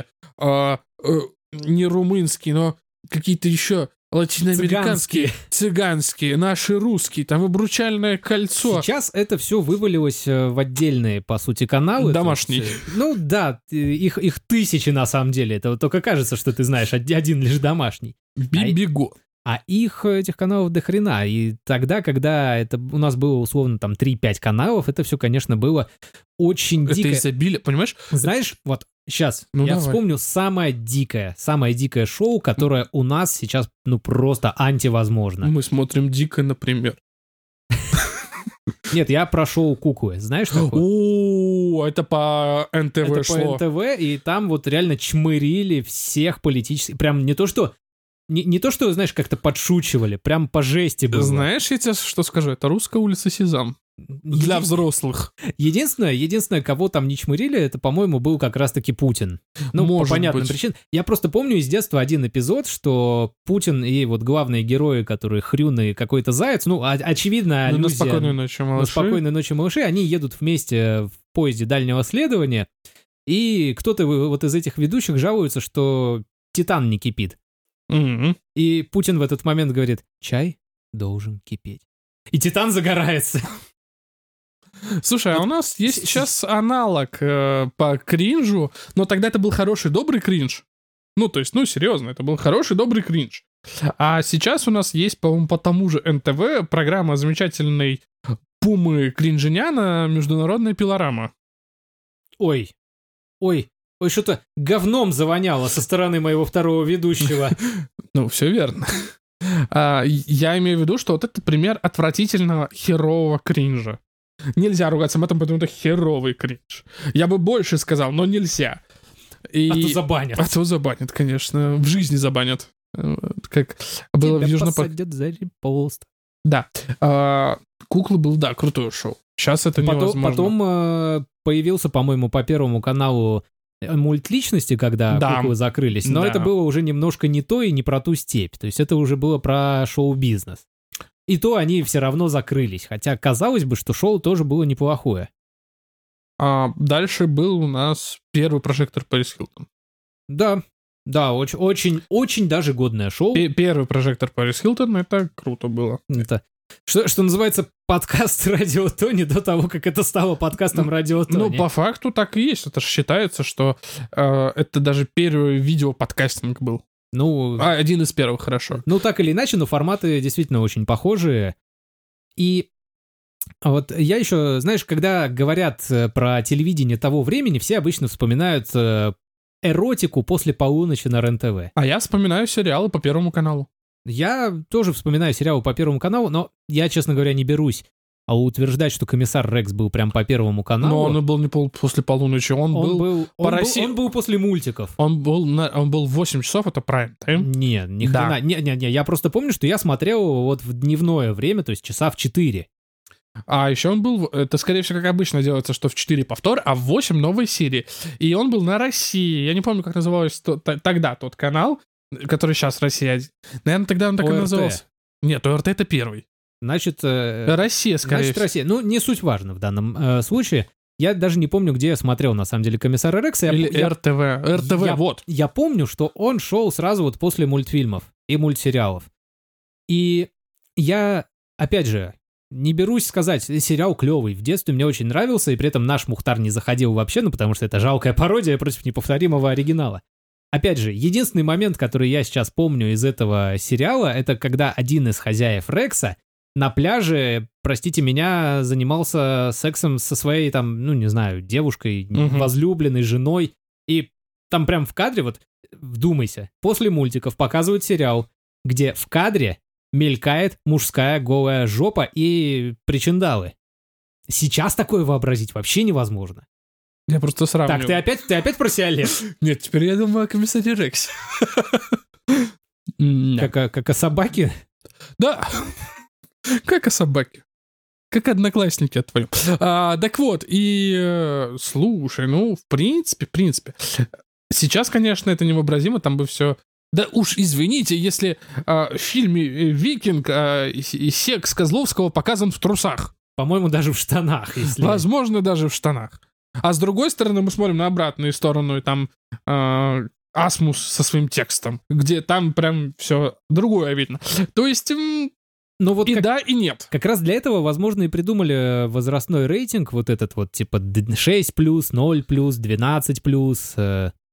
не румынские, но какие-то еще латиноамериканские, цыганские, наши русские, там «Обручальное кольцо». Сейчас это все вывалилось в отдельные, по сути, каналы. Домашние. Да, их тысячи на самом деле. Это вот только кажется, что ты знаешь один лишь домашний. Бибиго. А этих каналов до хрена. И тогда, когда это у нас было условно там 3-5 каналов, это все, конечно, было очень дико. Это изобилие, понимаешь? Знаешь, вот Сейчас, Ну, я давай. вспомню самое дикое шоу, которое у нас сейчас, ну, просто антивозможно. Мы смотрим дико, например. Нет, я про шоу «Куклы». Знаешь такое? О, это по НТВ Это шло. по НТВ, и там вот реально чмырили всех политических... Прям не то, что... Не то, что, знаешь, как-то подшучивали, прям по жести было. Знаешь, я тебе что скажу? Это русская улица Сезам. Для взрослых. Единственное, кого там не чмырили, это, по-моему, был как раз-таки Путин. Ну, Может по понятным быть. причинам. Я просто помню из детства один эпизод, что Путин и вот главные герои, которые Хрюн и какой-то заяц, ну, очевидно, Ну, на аллюзия спокойной ночи, на малыши. «Спокойной ночи, малыши», они едут вместе в поезде дальнего следования, и кто-то вот из этих ведущих жалуется, что Титан не кипит. Мгм. И Путин в этот момент говорит: чай должен кипеть. И Титан загорается. Слушай, а Вот у нас есть с- сейчас аналог по кринжу, но тогда это был хороший, добрый кринж. Ну, то есть, ну, серьезно, это был хороший, добрый кринж. А сейчас у нас есть, по-моему, по тому же НТВ программа замечательной Пумы Кринжиняна «Международная пилорама». Ой, что-то говном завоняло со стороны моего второго ведущего. Ну, все верно. Я имею в виду, что вот это пример отвратительного херового кринжа. Нельзя ругаться матом, потому что это херовый кринж. Я бы больше сказал, но нельзя. И... А то забанят. А то забанят, конечно. В жизни забанят. Как было в Тебя Южном... посадят за репост. Да. Куклы был, да, крутое шоу. Сейчас это невозможно. Потом появился, по-моему, по Первому каналу мультличности, когда Да. куклы закрылись, но Да. это было уже немножко не то и не про ту степь. То есть это уже было про шоу-бизнес. И то они все равно закрылись, хотя казалось бы, что шоу тоже было неплохое. Дальше был у нас первый прожектор Пэрис Хилтон. Да, очень даже годное шоу. Первый прожектор Пэрис Хилтон, это круто было. Это, что называется, подкаст Радио Тони до того, как это стало подкастом Радио Тони. Ну, по факту так и есть. Это же считается, что это даже первый видеоподкастинг был. Один из первых, хорошо. Ну, так или иначе, но форматы действительно очень похожие. И вот я еще, знаешь, когда говорят про телевидение того времени, все обычно вспоминают эротику после полуночи на РЕН-ТВ. А я вспоминаю сериалы по Первому каналу. Я тоже вспоминаю сериалы по Первому каналу, но я, честно говоря, не берусь утверждать, что «Комиссар Рекс» был прям по Первому каналу. Но он был не после полуночи, он был по России. Он был после мультиков. Он был в 8 часов, это прайм-тайм. Не, ни хрена. Не, я просто помню, что я смотрел вот в дневное время, то есть часа в 4. А еще он был, это скорее всего, как обычно делается, что в 4 повтор, а в 8 новые серии. И он был на России. Я не помню, как назывался тогда тот канал, который сейчас Россия. Наверное, тогда он так и ОРТ. назывался. Нет, ОРТ это первый. Значит, Россия, скорее значит, всего. Россия. Ну, не суть важно в данном случае. Я даже не помню, где я смотрел, на самом деле, «Комиссара Рекса». Или РТВ. РТВ, вот. Я помню, что он шел сразу вот после мультфильмов и мультсериалов. И я, опять же, не берусь сказать, сериал клевый. В детстве мне очень нравился, и при этом наш Мухтар не заходил вообще, ну, потому что это жалкая пародия против неповторимого оригинала. Опять же, единственный момент, который я сейчас помню из этого сериала, это когда один из хозяев Рекса на пляже, простите меня, занимался сексом со своей там, ну, не знаю, девушкой, возлюбленной, женой. И там прям в кадре, вот, вдумайся, после мультиков показывают сериал, где в кадре мелькает мужская голая жопа и причиндалы. Сейчас такое вообразить вообще невозможно. Я просто сравниваю. Так, ты опять про Сиолет? Нет, теперь я думаю о комиссаре Рексе. Как о собаке? Да. Как о собаке. Как одноклассники от твоего. Так вот, и слушай, ну, в принципе, сейчас, конечно, это невообразимо, там бы все... Да уж извините, если в фильме «Викинг» секс Козловского показан в трусах. По-моему, даже в штанах. Если... Возможно, даже в штанах. А с другой стороны, мы смотрим на обратную сторону, и там Асмус со своим текстом, где там прям все другое видно. То есть... Но вот да, и нет. Как раз для этого, возможно, и придумали возрастной рейтинг, вот этот вот, типа 6+, 0+, 12+.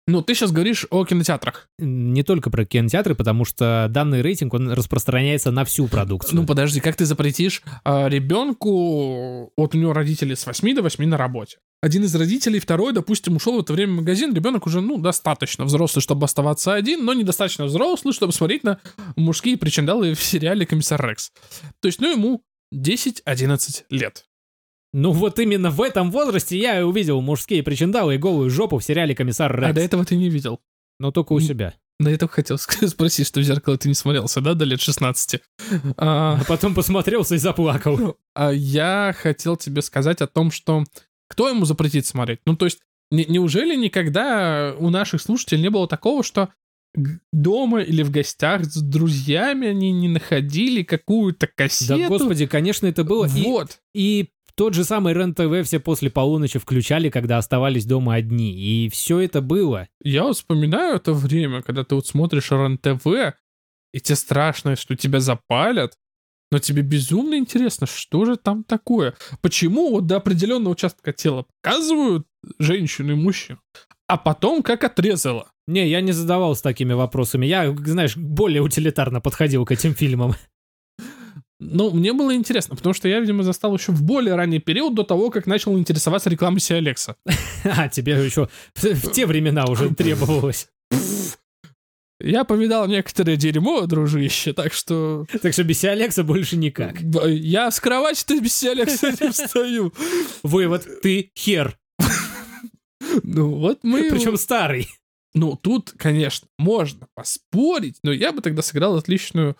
Ну, ты сейчас говоришь о кинотеатрах. Не только про кинотеатры, потому что данный рейтинг, он распространяется на всю продукцию. Ну, подожди, как ты запретишь ребенку, вот у него родители с 8 до 8 на работе. Один из родителей, второй, допустим, ушел в это время в магазин, ребенок уже, достаточно взрослый, чтобы оставаться один, но недостаточно взрослый, чтобы смотреть на мужские причиндалы в сериале «Комиссар Рекс». То есть, ему 10-11 лет. Ну вот именно в этом возрасте я и увидел мужские причиндалы и голую жопу в сериале «Комиссар Рекс». А до этого ты не видел? Но только у себя. До этого хотел спросить, что в зеркало ты не смотрелся, да, до лет 16? А потом посмотрелся и заплакал. Я хотел тебе сказать о том, что кто ему запретит смотреть? Ну, то есть, неужели никогда у наших слушателей не было такого, что дома или в гостях с друзьями они не находили какую-то кассету? Да, господи, конечно, это было. Вот. И тот же самый РЕН-ТВ все после полуночи включали, когда оставались дома одни. И все это было. Я вот вспоминаю это время, когда ты вот смотришь РЕН-ТВ, и тебе страшно, что тебя запалят, но тебе безумно интересно, что же там такое. Почему вот до определенного участка тела показывают женщину и мужчину, а потом как отрезало? Не, я не задавался такими вопросами. Я, знаешь, более утилитарно подходил к этим фильмам. Ну, мне было интересно, потому что я, видимо, застал еще в более ранний период до того, как начал интересоваться рекламой Сиалекса. А, тебе еще в те времена уже требовалось. Я повидал некоторое дерьмо, дружище, так что... Так что без Сиалекса больше никак. Я с кровати-то без Сиалекса не встаю. Вывод, ты хер. Ну, вот мы... Причем старый. Ну, тут, конечно, можно поспорить, но я бы тогда сыграл отличный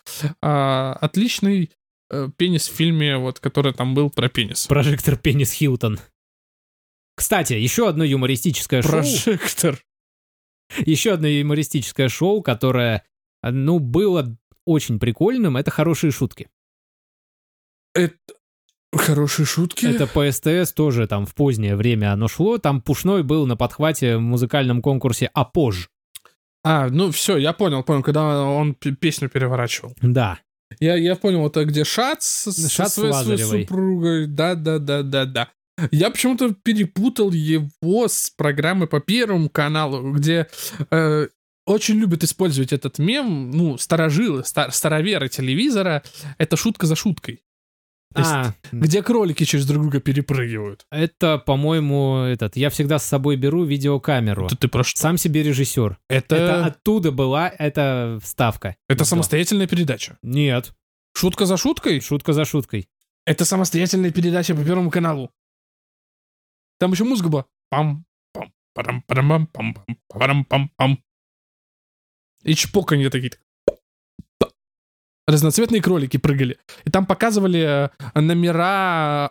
пенис в фильме, вот, который там был про пенис. Прожектор Пенис Хилтон. Кстати, еще одно юмористическое шоу. Прожектор. Еще одно юмористическое шоу, которое, было очень прикольным, это «Хорошие шутки». Это... Хорошие шутки? Это по СТС тоже там в позднее время оно шло. Там Пушной был на подхвате в музыкальном конкурсе «Апож». Ну все, я понял, когда он песню переворачивал. Да. Я понял, это где Шац со своей супругой. Да. Я почему-то перепутал его с программой по Первому каналу, где очень любят использовать этот мем, старожилы, староверы телевизора. Это шутка за шуткой. Где кролики через друг друга перепрыгивают. Это, по-моему, я всегда с собой беру видеокамеру. Это ты про что? Сам себе режиссер. Это оттуда была эта вставка. Это самостоятельная передача? Нет. Шутка за шуткой? Шутка за шуткой. Это самостоятельная передача по Первому каналу. Там еще музыка была. Пам-пам, парам-парам-пам-пам, парам-пам-пам. И чпоканье такие. Разноцветные кролики прыгали. И там показывали номера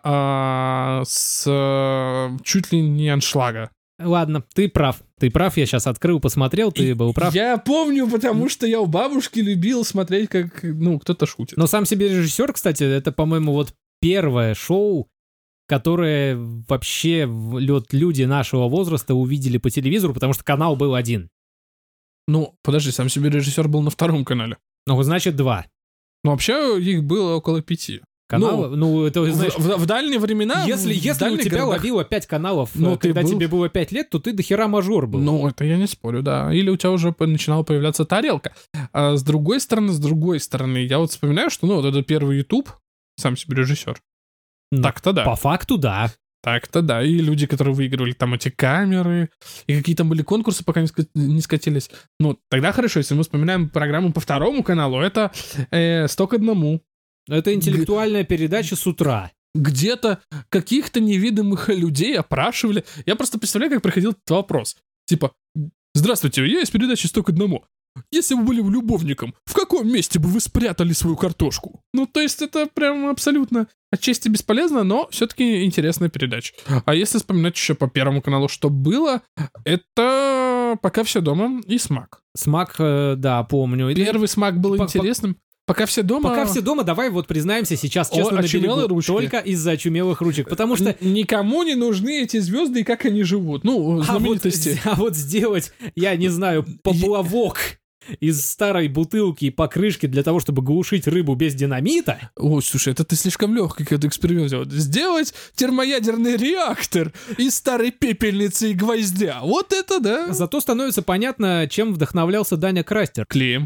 с чуть ли не аншлага. Ладно, ты прав. Я сейчас открыл, посмотрел, ты был прав. Я помню, потому что я у бабушки любил смотреть, как, кто-то шутит. Но сам себе режиссер, кстати, это, по-моему, вот первое шоу, которое вообще люди нашего возраста увидели по телевизору, потому что канал был один. Подожди, сам себе режиссер был на Втором канале. Значит, 2. Вообще их было около 5. Каналы, это, знаешь... В дальние времена... Если у тебя ловило 5 каналов, когда тебе было 5 лет, то ты дохера мажор был. Это я не спорю, да. Или у тебя уже начинала появляться тарелка. А с другой стороны, я вот вспоминаю, что, вот это первый YouTube, сам себе режиссер. Так-то да. По факту, да. Так-то да. И люди, которые выигрывали там эти камеры, и какие там были конкурсы, пока не скатились. Тогда хорошо, если мы вспоминаем программу по Второму каналу, это 100 к 1. Это интеллектуальная передача с утра. Где-то каких-то невидимых людей опрашивали. Я просто представляю, как проходил этот вопрос. Типа, здравствуйте, я из передачи 100 к 1. Если бы были любовником, в каком месте бы вы спрятали свою картошку? То есть это прям абсолютно отчасти бесполезно, но все-таки интересная передача. А если вспоминать еще по Первому каналу, что было, это «Пока все дома» и «Смак». «Смак», да, помню. Первый «Смак» был интересным. «Пока все дома», давай вот признаемся сейчас честно на берегу, только из-за очумелых ручек, потому что... Никому не нужны эти звезды и как они живут. Знаменитости. А вот сделать, я не знаю, поплавок из старой бутылки и покрышки для того, чтобы глушить рыбу без динамита. Ой, слушай, это ты слишком легкий какой-то эксперимент сделал. Сделать термоядерный реактор из старой пепельницы и гвоздя. Вот это да. Зато становится понятно, чем вдохновлялся Даня Крастер. Клеем.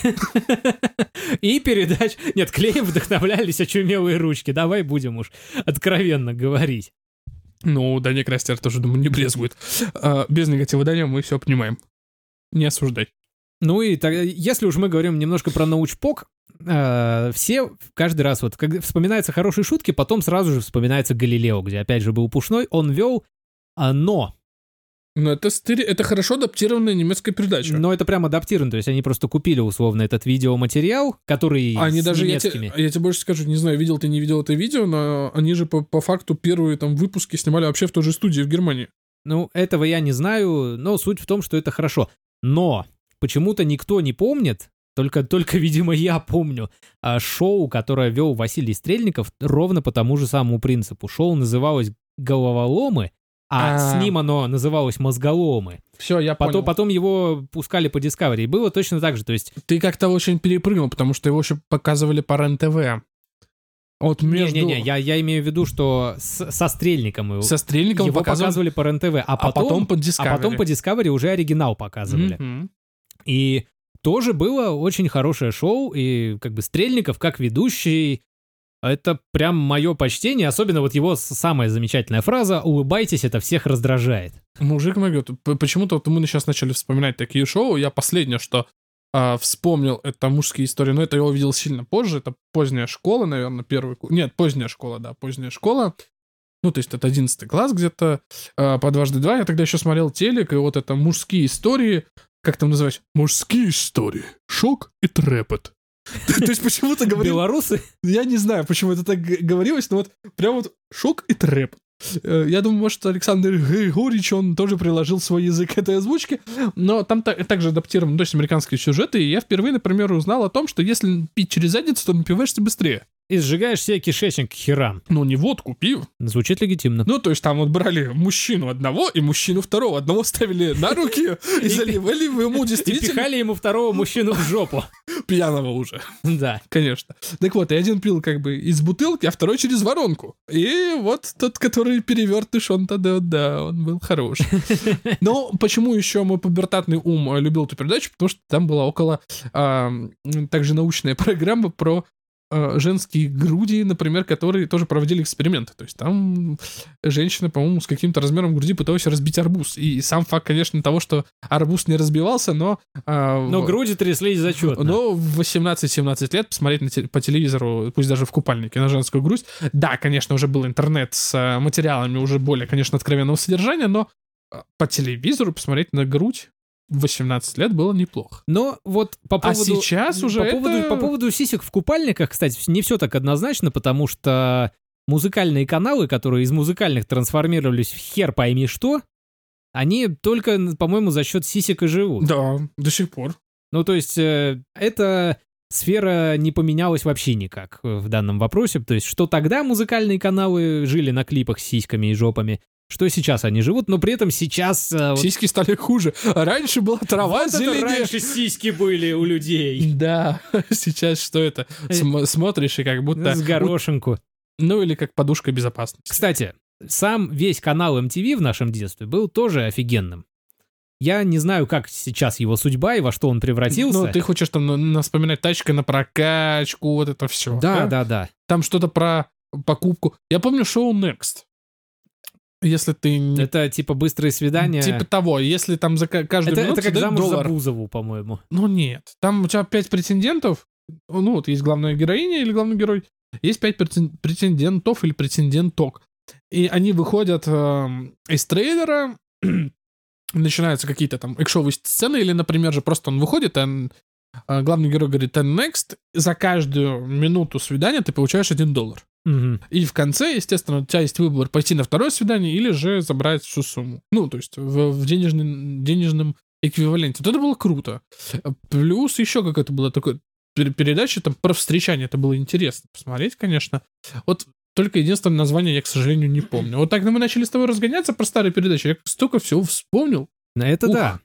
И передач... Нет, клеем вдохновлялись очумелые ручки. Давай будем уж откровенно говорить. Ну, Даня Крастер тоже, думаю, не брезгует. Без негатива Даня мы все понимаем. Не осуждай. Ну и если уж мы говорим немножко про научпок, все каждый раз, вот, когда вспоминаются хорошие шутки, потом сразу же вспоминается Галилео, где опять же был Пушной, он вел, но это хорошо адаптированная немецкая передача. Но это прям адаптировано, то есть они просто купили условно этот видеоматериал, который они с даже, немецкими. Я тебе больше скажу, не знаю, видел ты, не видел это видео, но они же по факту первые там выпуски снимали вообще в той же студии в Германии. Ну, этого я не знаю, но суть в том, что это хорошо. Но почему-то никто не помнит, только, видимо, я помню, шоу, которое вел Василий Стрельников ровно по тому же самому принципу. Шоу называлось «Головоломы», а с ним оно называлось «Мозголомы». Все, я понял. Потом его пускали по Discovery, и было точно так же, то есть... Ты как-то очень перепрыгнул, потому что его еще показывали по РЕН-ТВ. Вот между... Не-не-не, я имею в виду, что со Стрельником его, его показывали по РЕН-ТВ, а потом по Discovery. А потом по Discovery уже оригинал показывали. Mm-hmm. И тоже было очень хорошее шоу, и как бы Стрельников как ведущий, это прям мое почтение, особенно вот его самая замечательная фраза «Улыбайтесь, это всех раздражает». Мужик могет. Почему-то вот мы сейчас начали вспоминать такие шоу, я последнее, что вспомнил, это «Мужские истории», но это я увидел сильно позже, это «Поздняя школа», наверное, Нет, «Поздняя школа», да, «Поздняя школа». Ну, то есть это 11 класс где-то, по 2x2. Я тогда еще смотрел телек, и вот это «Мужские истории», как там называть? «Мужские истории. Шок и трепет». То есть почему-то говорили... Белорусы? Я не знаю, почему это так говорилось, но вот прям вот шок и трепет. Я думаю, может, Александр Григорьевич, он тоже приложил свой язык к этой озвучке, но там также адаптированы, то есть американские сюжеты, и я впервые, например, узнал о том, что если пить через задницу, то напиваешься быстрее. И сжигаешь себе кишечник к херам. Ну, не водку, пиво. Звучит легитимно. Ну, то есть там вот брали мужчину одного и мужчину второго. Одного ставили на руки и заливали ему действительно... И пихали ему второго мужчину в жопу. Пьяного уже. Да. Конечно. Так вот, и один пил как бы из бутылки, а второй через воронку. И вот тот, который перевертыш, он тогда, да, он был хорош. Но почему еще мой пубертатный ум любил эту передачу? Потому что там была около также научная программа про женские груди, например, которые тоже проводили эксперименты. То есть там женщина, по-моему, с каким-то размером груди пыталась разбить арбуз. И сам факт, конечно, того, что арбуз не разбивался, но... Но груди тряслись зачетно. Но в 18-17 лет посмотреть по телевизору, пусть даже в купальнике, на женскую грудь. Да, конечно, уже был интернет с материалами уже более, конечно, откровенного содержания, но по телевизору посмотреть на грудь в 18 лет было неплохо. Но вот по поводу... А сейчас уже по поводу сисек в купальниках, кстати, не все так однозначно, потому что музыкальные каналы, которые из музыкальных трансформировались в хер пойми что, они только, по-моему, за счет сисек и живут. Да, до сих пор. Ну, то есть, эта сфера не поменялась вообще никак в данном вопросе. То есть, что тогда музыкальные каналы жили на клипах с сиськами и жопами, что сейчас они живут, но при этом сейчас... Сиськи стали хуже. Раньше была трава зеленее. Раньше сиськи были у людей. Да, сейчас что это? Смотришь и как будто... С горошинку. Ну или как подушка безопасности. Кстати, сам весь канал MTV в нашем детстве был тоже офигенным. Я не знаю, как сейчас его судьба и во что он превратился. Ну, ты хочешь там вспоминать «Тачка на прокачку», вот это все. Да. Там что-то про покупку. Я помню шоу Next. Если ты... Это типа быстрые свидания. Типа того, если там за каждую минуту это как замуж $1. за Бузову, по-моему. Ну нет, там у тебя 5 претендентов, ну вот есть главная героиня или главный герой, есть 5 претендентов или претенденток. И они выходят из трейлера, начинаются какие-то там экшовые сцены, или, например, же просто он выходит, главный герой говорит next, за каждую минуту свидания ты получаешь $1. Угу. И в конце, естественно, у тебя есть выбор пойти на второе свидание или же забрать всю сумму. Ну, то есть в денежном эквиваленте. Вот это было круто. Плюс еще какая-то была такая передача там про встречание. Это было интересно посмотреть, конечно. Вот только единственное название я, к сожалению, не помню. Вот так мы начали с тобой разгоняться про старые передачи. Я столько всего вспомнил. Это да.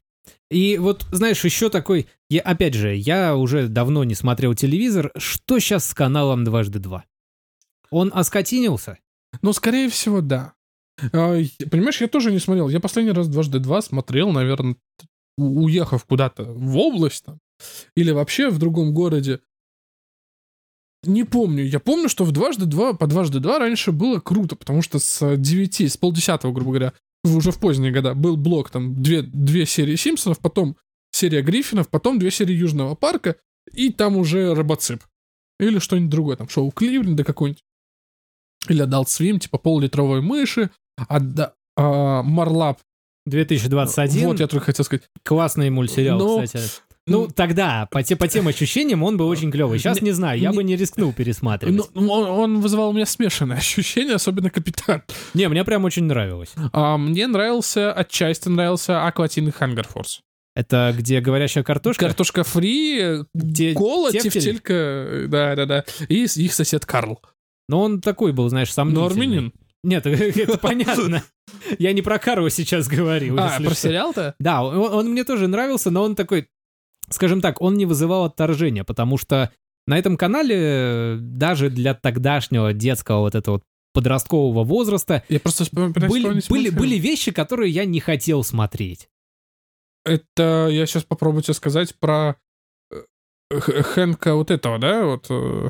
И вот, знаешь, еще такой... опять же, я уже давно не смотрел телевизор. Что сейчас с каналом «Дважды два»? Он оскотинился? Ну, скорее всего, да. Понимаешь, я тоже не смотрел. Я последний раз «Дважды два» смотрел, наверное, уехав куда-то в область там, или вообще в другом городе. Не помню. Я помню, что по «Дважды два» раньше было круто, потому что с 9, грубо говоря, уже в поздние года был блок, там, две серии «Симпсонов», потом серия «Гриффинов», потом 2 серии «Южного парка», и там уже «Робоцып». Или что-нибудь другое, там, шоу Кливленда какой-нибудь. Или Adult Swim, типа «Пол-литровой мыши», «Марлаб». 2021. Вот, я только хотел сказать. Классный мультсериал, кстати. Ну, тогда, по тем ощущениям, он был очень клевый. Сейчас не знаю, я бы не рискнул пересматривать. Он вызывал у меня смешанные ощущения, особенно «Капитан». Не, мне прям очень нравилось. Мне отчасти нравился «Aqua Teen Hunger Force». Это где говорящая картошка? Картошка фри, кола, тефтелька, да. И их сосед Карл. Но он такой был, знаешь, сомнительный. Норменин? Нет, это понятно. Я не про Карла сейчас говорил. Про сериал-то? Да, он мне тоже нравился, но он такой, скажем так, он не вызывал отторжения, потому что на этом канале даже для тогдашнего детского вот этого подросткового возраста я просто были вещи, которые я не хотел смотреть. Это я сейчас попробую тебе сказать про Хэнка вот этого, да, вот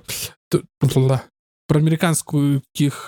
про американскую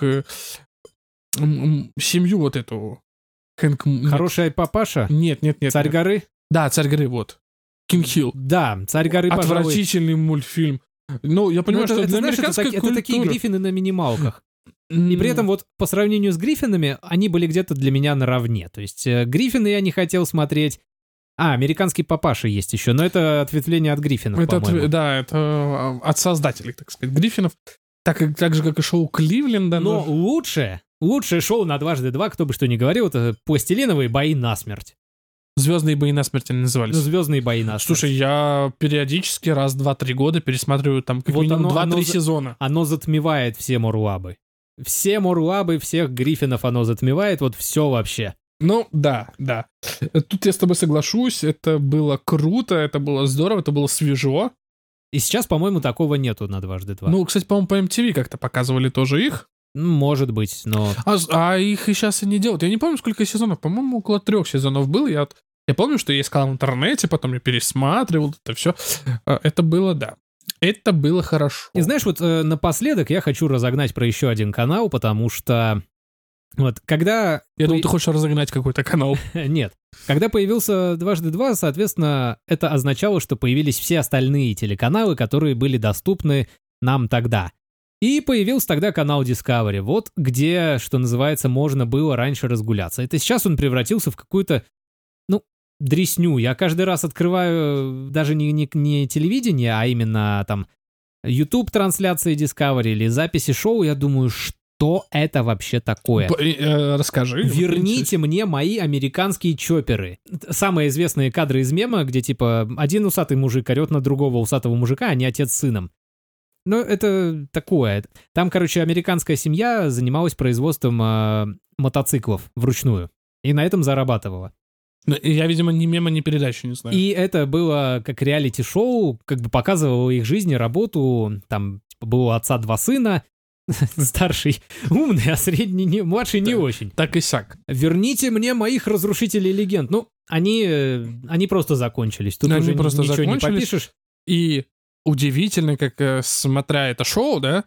семью вот эту. Хэнк... Хорошая папаша? Нет. Царь горы? Да, «Царь горы», вот. Кинг Хилл. Да, «Царь горы», отвратительный мультфильм. Ну, я понимаю, что для американской культуры... Это такие Гриффины на минималках. И при этом вот по сравнению с Гриффинами, они были где-то для меня наравне. То есть Гриффины я не хотел смотреть. «Американский папаша» есть еще, но это ответвление от Гриффинов, по-моему. Да, это от создателей, так сказать, Гриффинов. Так же, как и шоу Кливленда. Но лучшее шоу на «Дважды два», кто бы что ни говорил, это «Пластилиновые бои насмерть». «Звездные бои насмерть» они назывались. «Звездные бои насмерть». Слушай, я периодически раз в 2-3 года пересматриваю там как минимум 2-3 сезона. Оно затмевает все Моруабы. Все Моруабы, всех Гриффинов оно затмевает, вот все вообще. Ну, да. Тут я с тобой соглашусь, это было круто, это было здорово, это было свежо. И сейчас, по-моему, такого нету на «Дважды два». Ну, кстати, по-моему, по MTV как-то показывали тоже их. Может быть, но... А их и сейчас и не делают. Я не помню, сколько сезонов. По-моему, около 3 сезонов было. Я помню, что я искал в интернете, потом я пересматривал это все. Это было, да. Это было хорошо. И знаешь, вот напоследок я хочу разогнать про еще один канал, потому что... Вот, когда... Я думал, ты хочешь разогнать какой-то канал. Нет. Когда появился «Дважды два», соответственно, это означало, что появились все остальные телеканалы, которые были доступны нам тогда. И появился тогда канал Discovery, вот где, что называется, можно было раньше разгуляться. Это сейчас он превратился в какую-то, дресню. Я каждый раз открываю даже не телевидение, а именно там YouTube-трансляции Discovery или записи шоу, я думаю, что это вообще такое? Расскажи. Верните мне мои американские чопперы. Самые известные кадры из мема, где типа один усатый мужик орет на другого усатого мужика, а не отец с сыном. Ну, это такое. Там, короче, американская семья занималась производством мотоциклов вручную. И на этом зарабатывала. Я, видимо, ни мема, ни передачи не знаю. И это было как реалити-шоу, как бы показывало их жизнь и работу. Там было у отца 2 сына. Старший умный, а средний младший не очень. Так и сяк. Верните мне моих разрушителей легенд. Ну, они просто закончились. Тут уже ничего не попишешь. И удивительно, как смотря это шоу, да,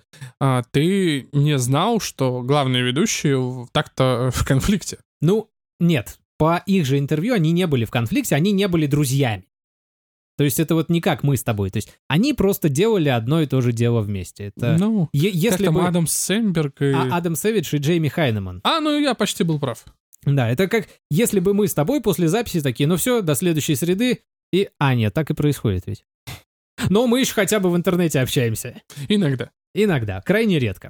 ты не знал, что главные ведущие так-то в конфликте. Ну, нет. По их же интервью они не были в конфликте, они не были друзьями. То есть это вот не как мы с тобой. То есть они просто делали одно и то же дело вместе. Это если бы Адам Сэмберг и... Адам Сэвидж и Джейми Хайнеман. Я почти был прав. Да, это как если бы мы с тобой после записи такие, ну все, до следующей среды. И... нет, так и происходит ведь. Но мы еще хотя бы в интернете общаемся. Иногда, крайне редко.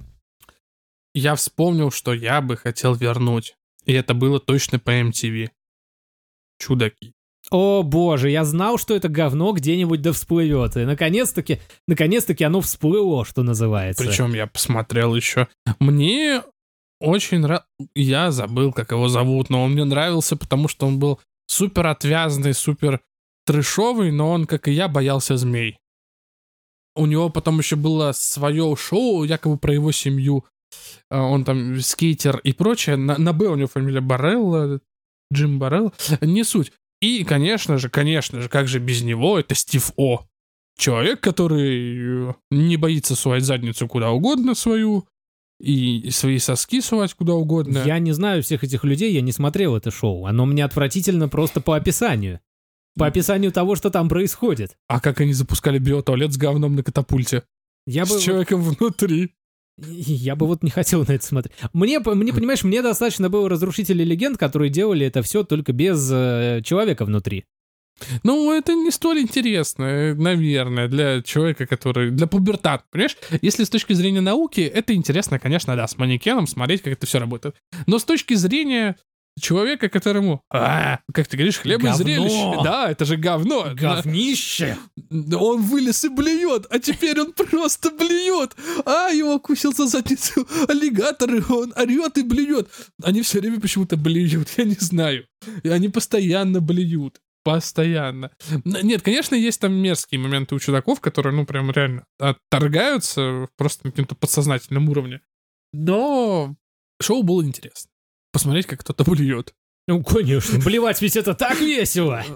Я вспомнил, что я бы хотел вернуть. И это было точно по MTV. Чудаки. О боже, я знал, что это говно где-нибудь да всплывет. И наконец-таки оно всплыло, что называется. Причем я посмотрел еще. Мне очень нравился... Я забыл, как его зовут, но он мне нравился, потому что он был супер отвязный, супер трэшовый, но он, как и я, боялся змей. У него потом еще было свое шоу, якобы про его семью. Он там скейтер и прочее. На Б у него фамилия Барелла, Джим Барелла. Не суть. И, конечно же, как же без него, это Стив О. Человек, который не боится сувать задницу куда угодно свою, и свои соски сувать куда угодно. Я не знаю всех этих людей, я не смотрел это шоу. Оно мне отвратительно просто по описанию. По описанию того, что там происходит. А как они запускали биотуалет с говном на катапульте? С человеком внутри. Я бы вот не хотел на это смотреть. Мне, понимаешь, мне достаточно было разрушителей легенд, которые делали это все только без человека внутри. Ну, это не столь интересно, наверное, для человека, который... Для пубертата, понимаешь? Если с точки зрения науки, это интересно, конечно, да, с манекеном смотреть, как это все работает. Но с точки зрения человека, которому... как ты говоришь, хлеба и зрелище. Да, это же говно. Говнище. Он вылез и блюет, а теперь он просто блюет. Его укусил за задницу аллигатор, и он орет и блюет. Они все время почему-то блюют, я не знаю. И они постоянно блюют. Постоянно. Нет, конечно, есть там мерзкие моменты у чудаков, которые, ну, прям реально отторгаются просто на каком-то подсознательном уровне. Но шоу было интересно. Посмотреть, как кто-то блюет. Ну, конечно, блевать ведь это так весело!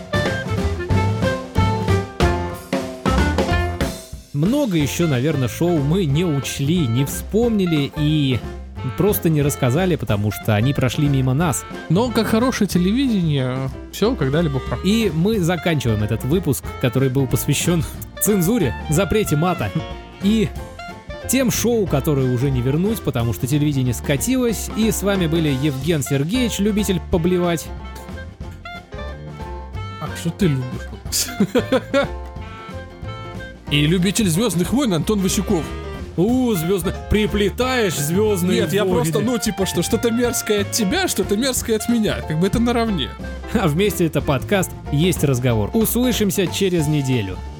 Много еще, наверное, шоу мы не учли, не вспомнили и просто не рассказали, потому что они прошли мимо нас. Но как хорошее телевидение, все когда-либо проходит. И мы заканчиваем этот выпуск, который был посвящен цензуре, запрете мата и тем шоу, которые уже не вернуть, потому что телевидение скатилось. И с вами были Евген Сергеевич, любитель поблевать. Что ты любишь? И любитель «Звездных войн» Антон Васюков. Приплетаешь «Звездные Нет, войны». я просто, что-то мерзкое от тебя, что-то мерзкое от меня. Как бы это наравне. А вместе это подкаст «Есть разговор». Услышимся через неделю.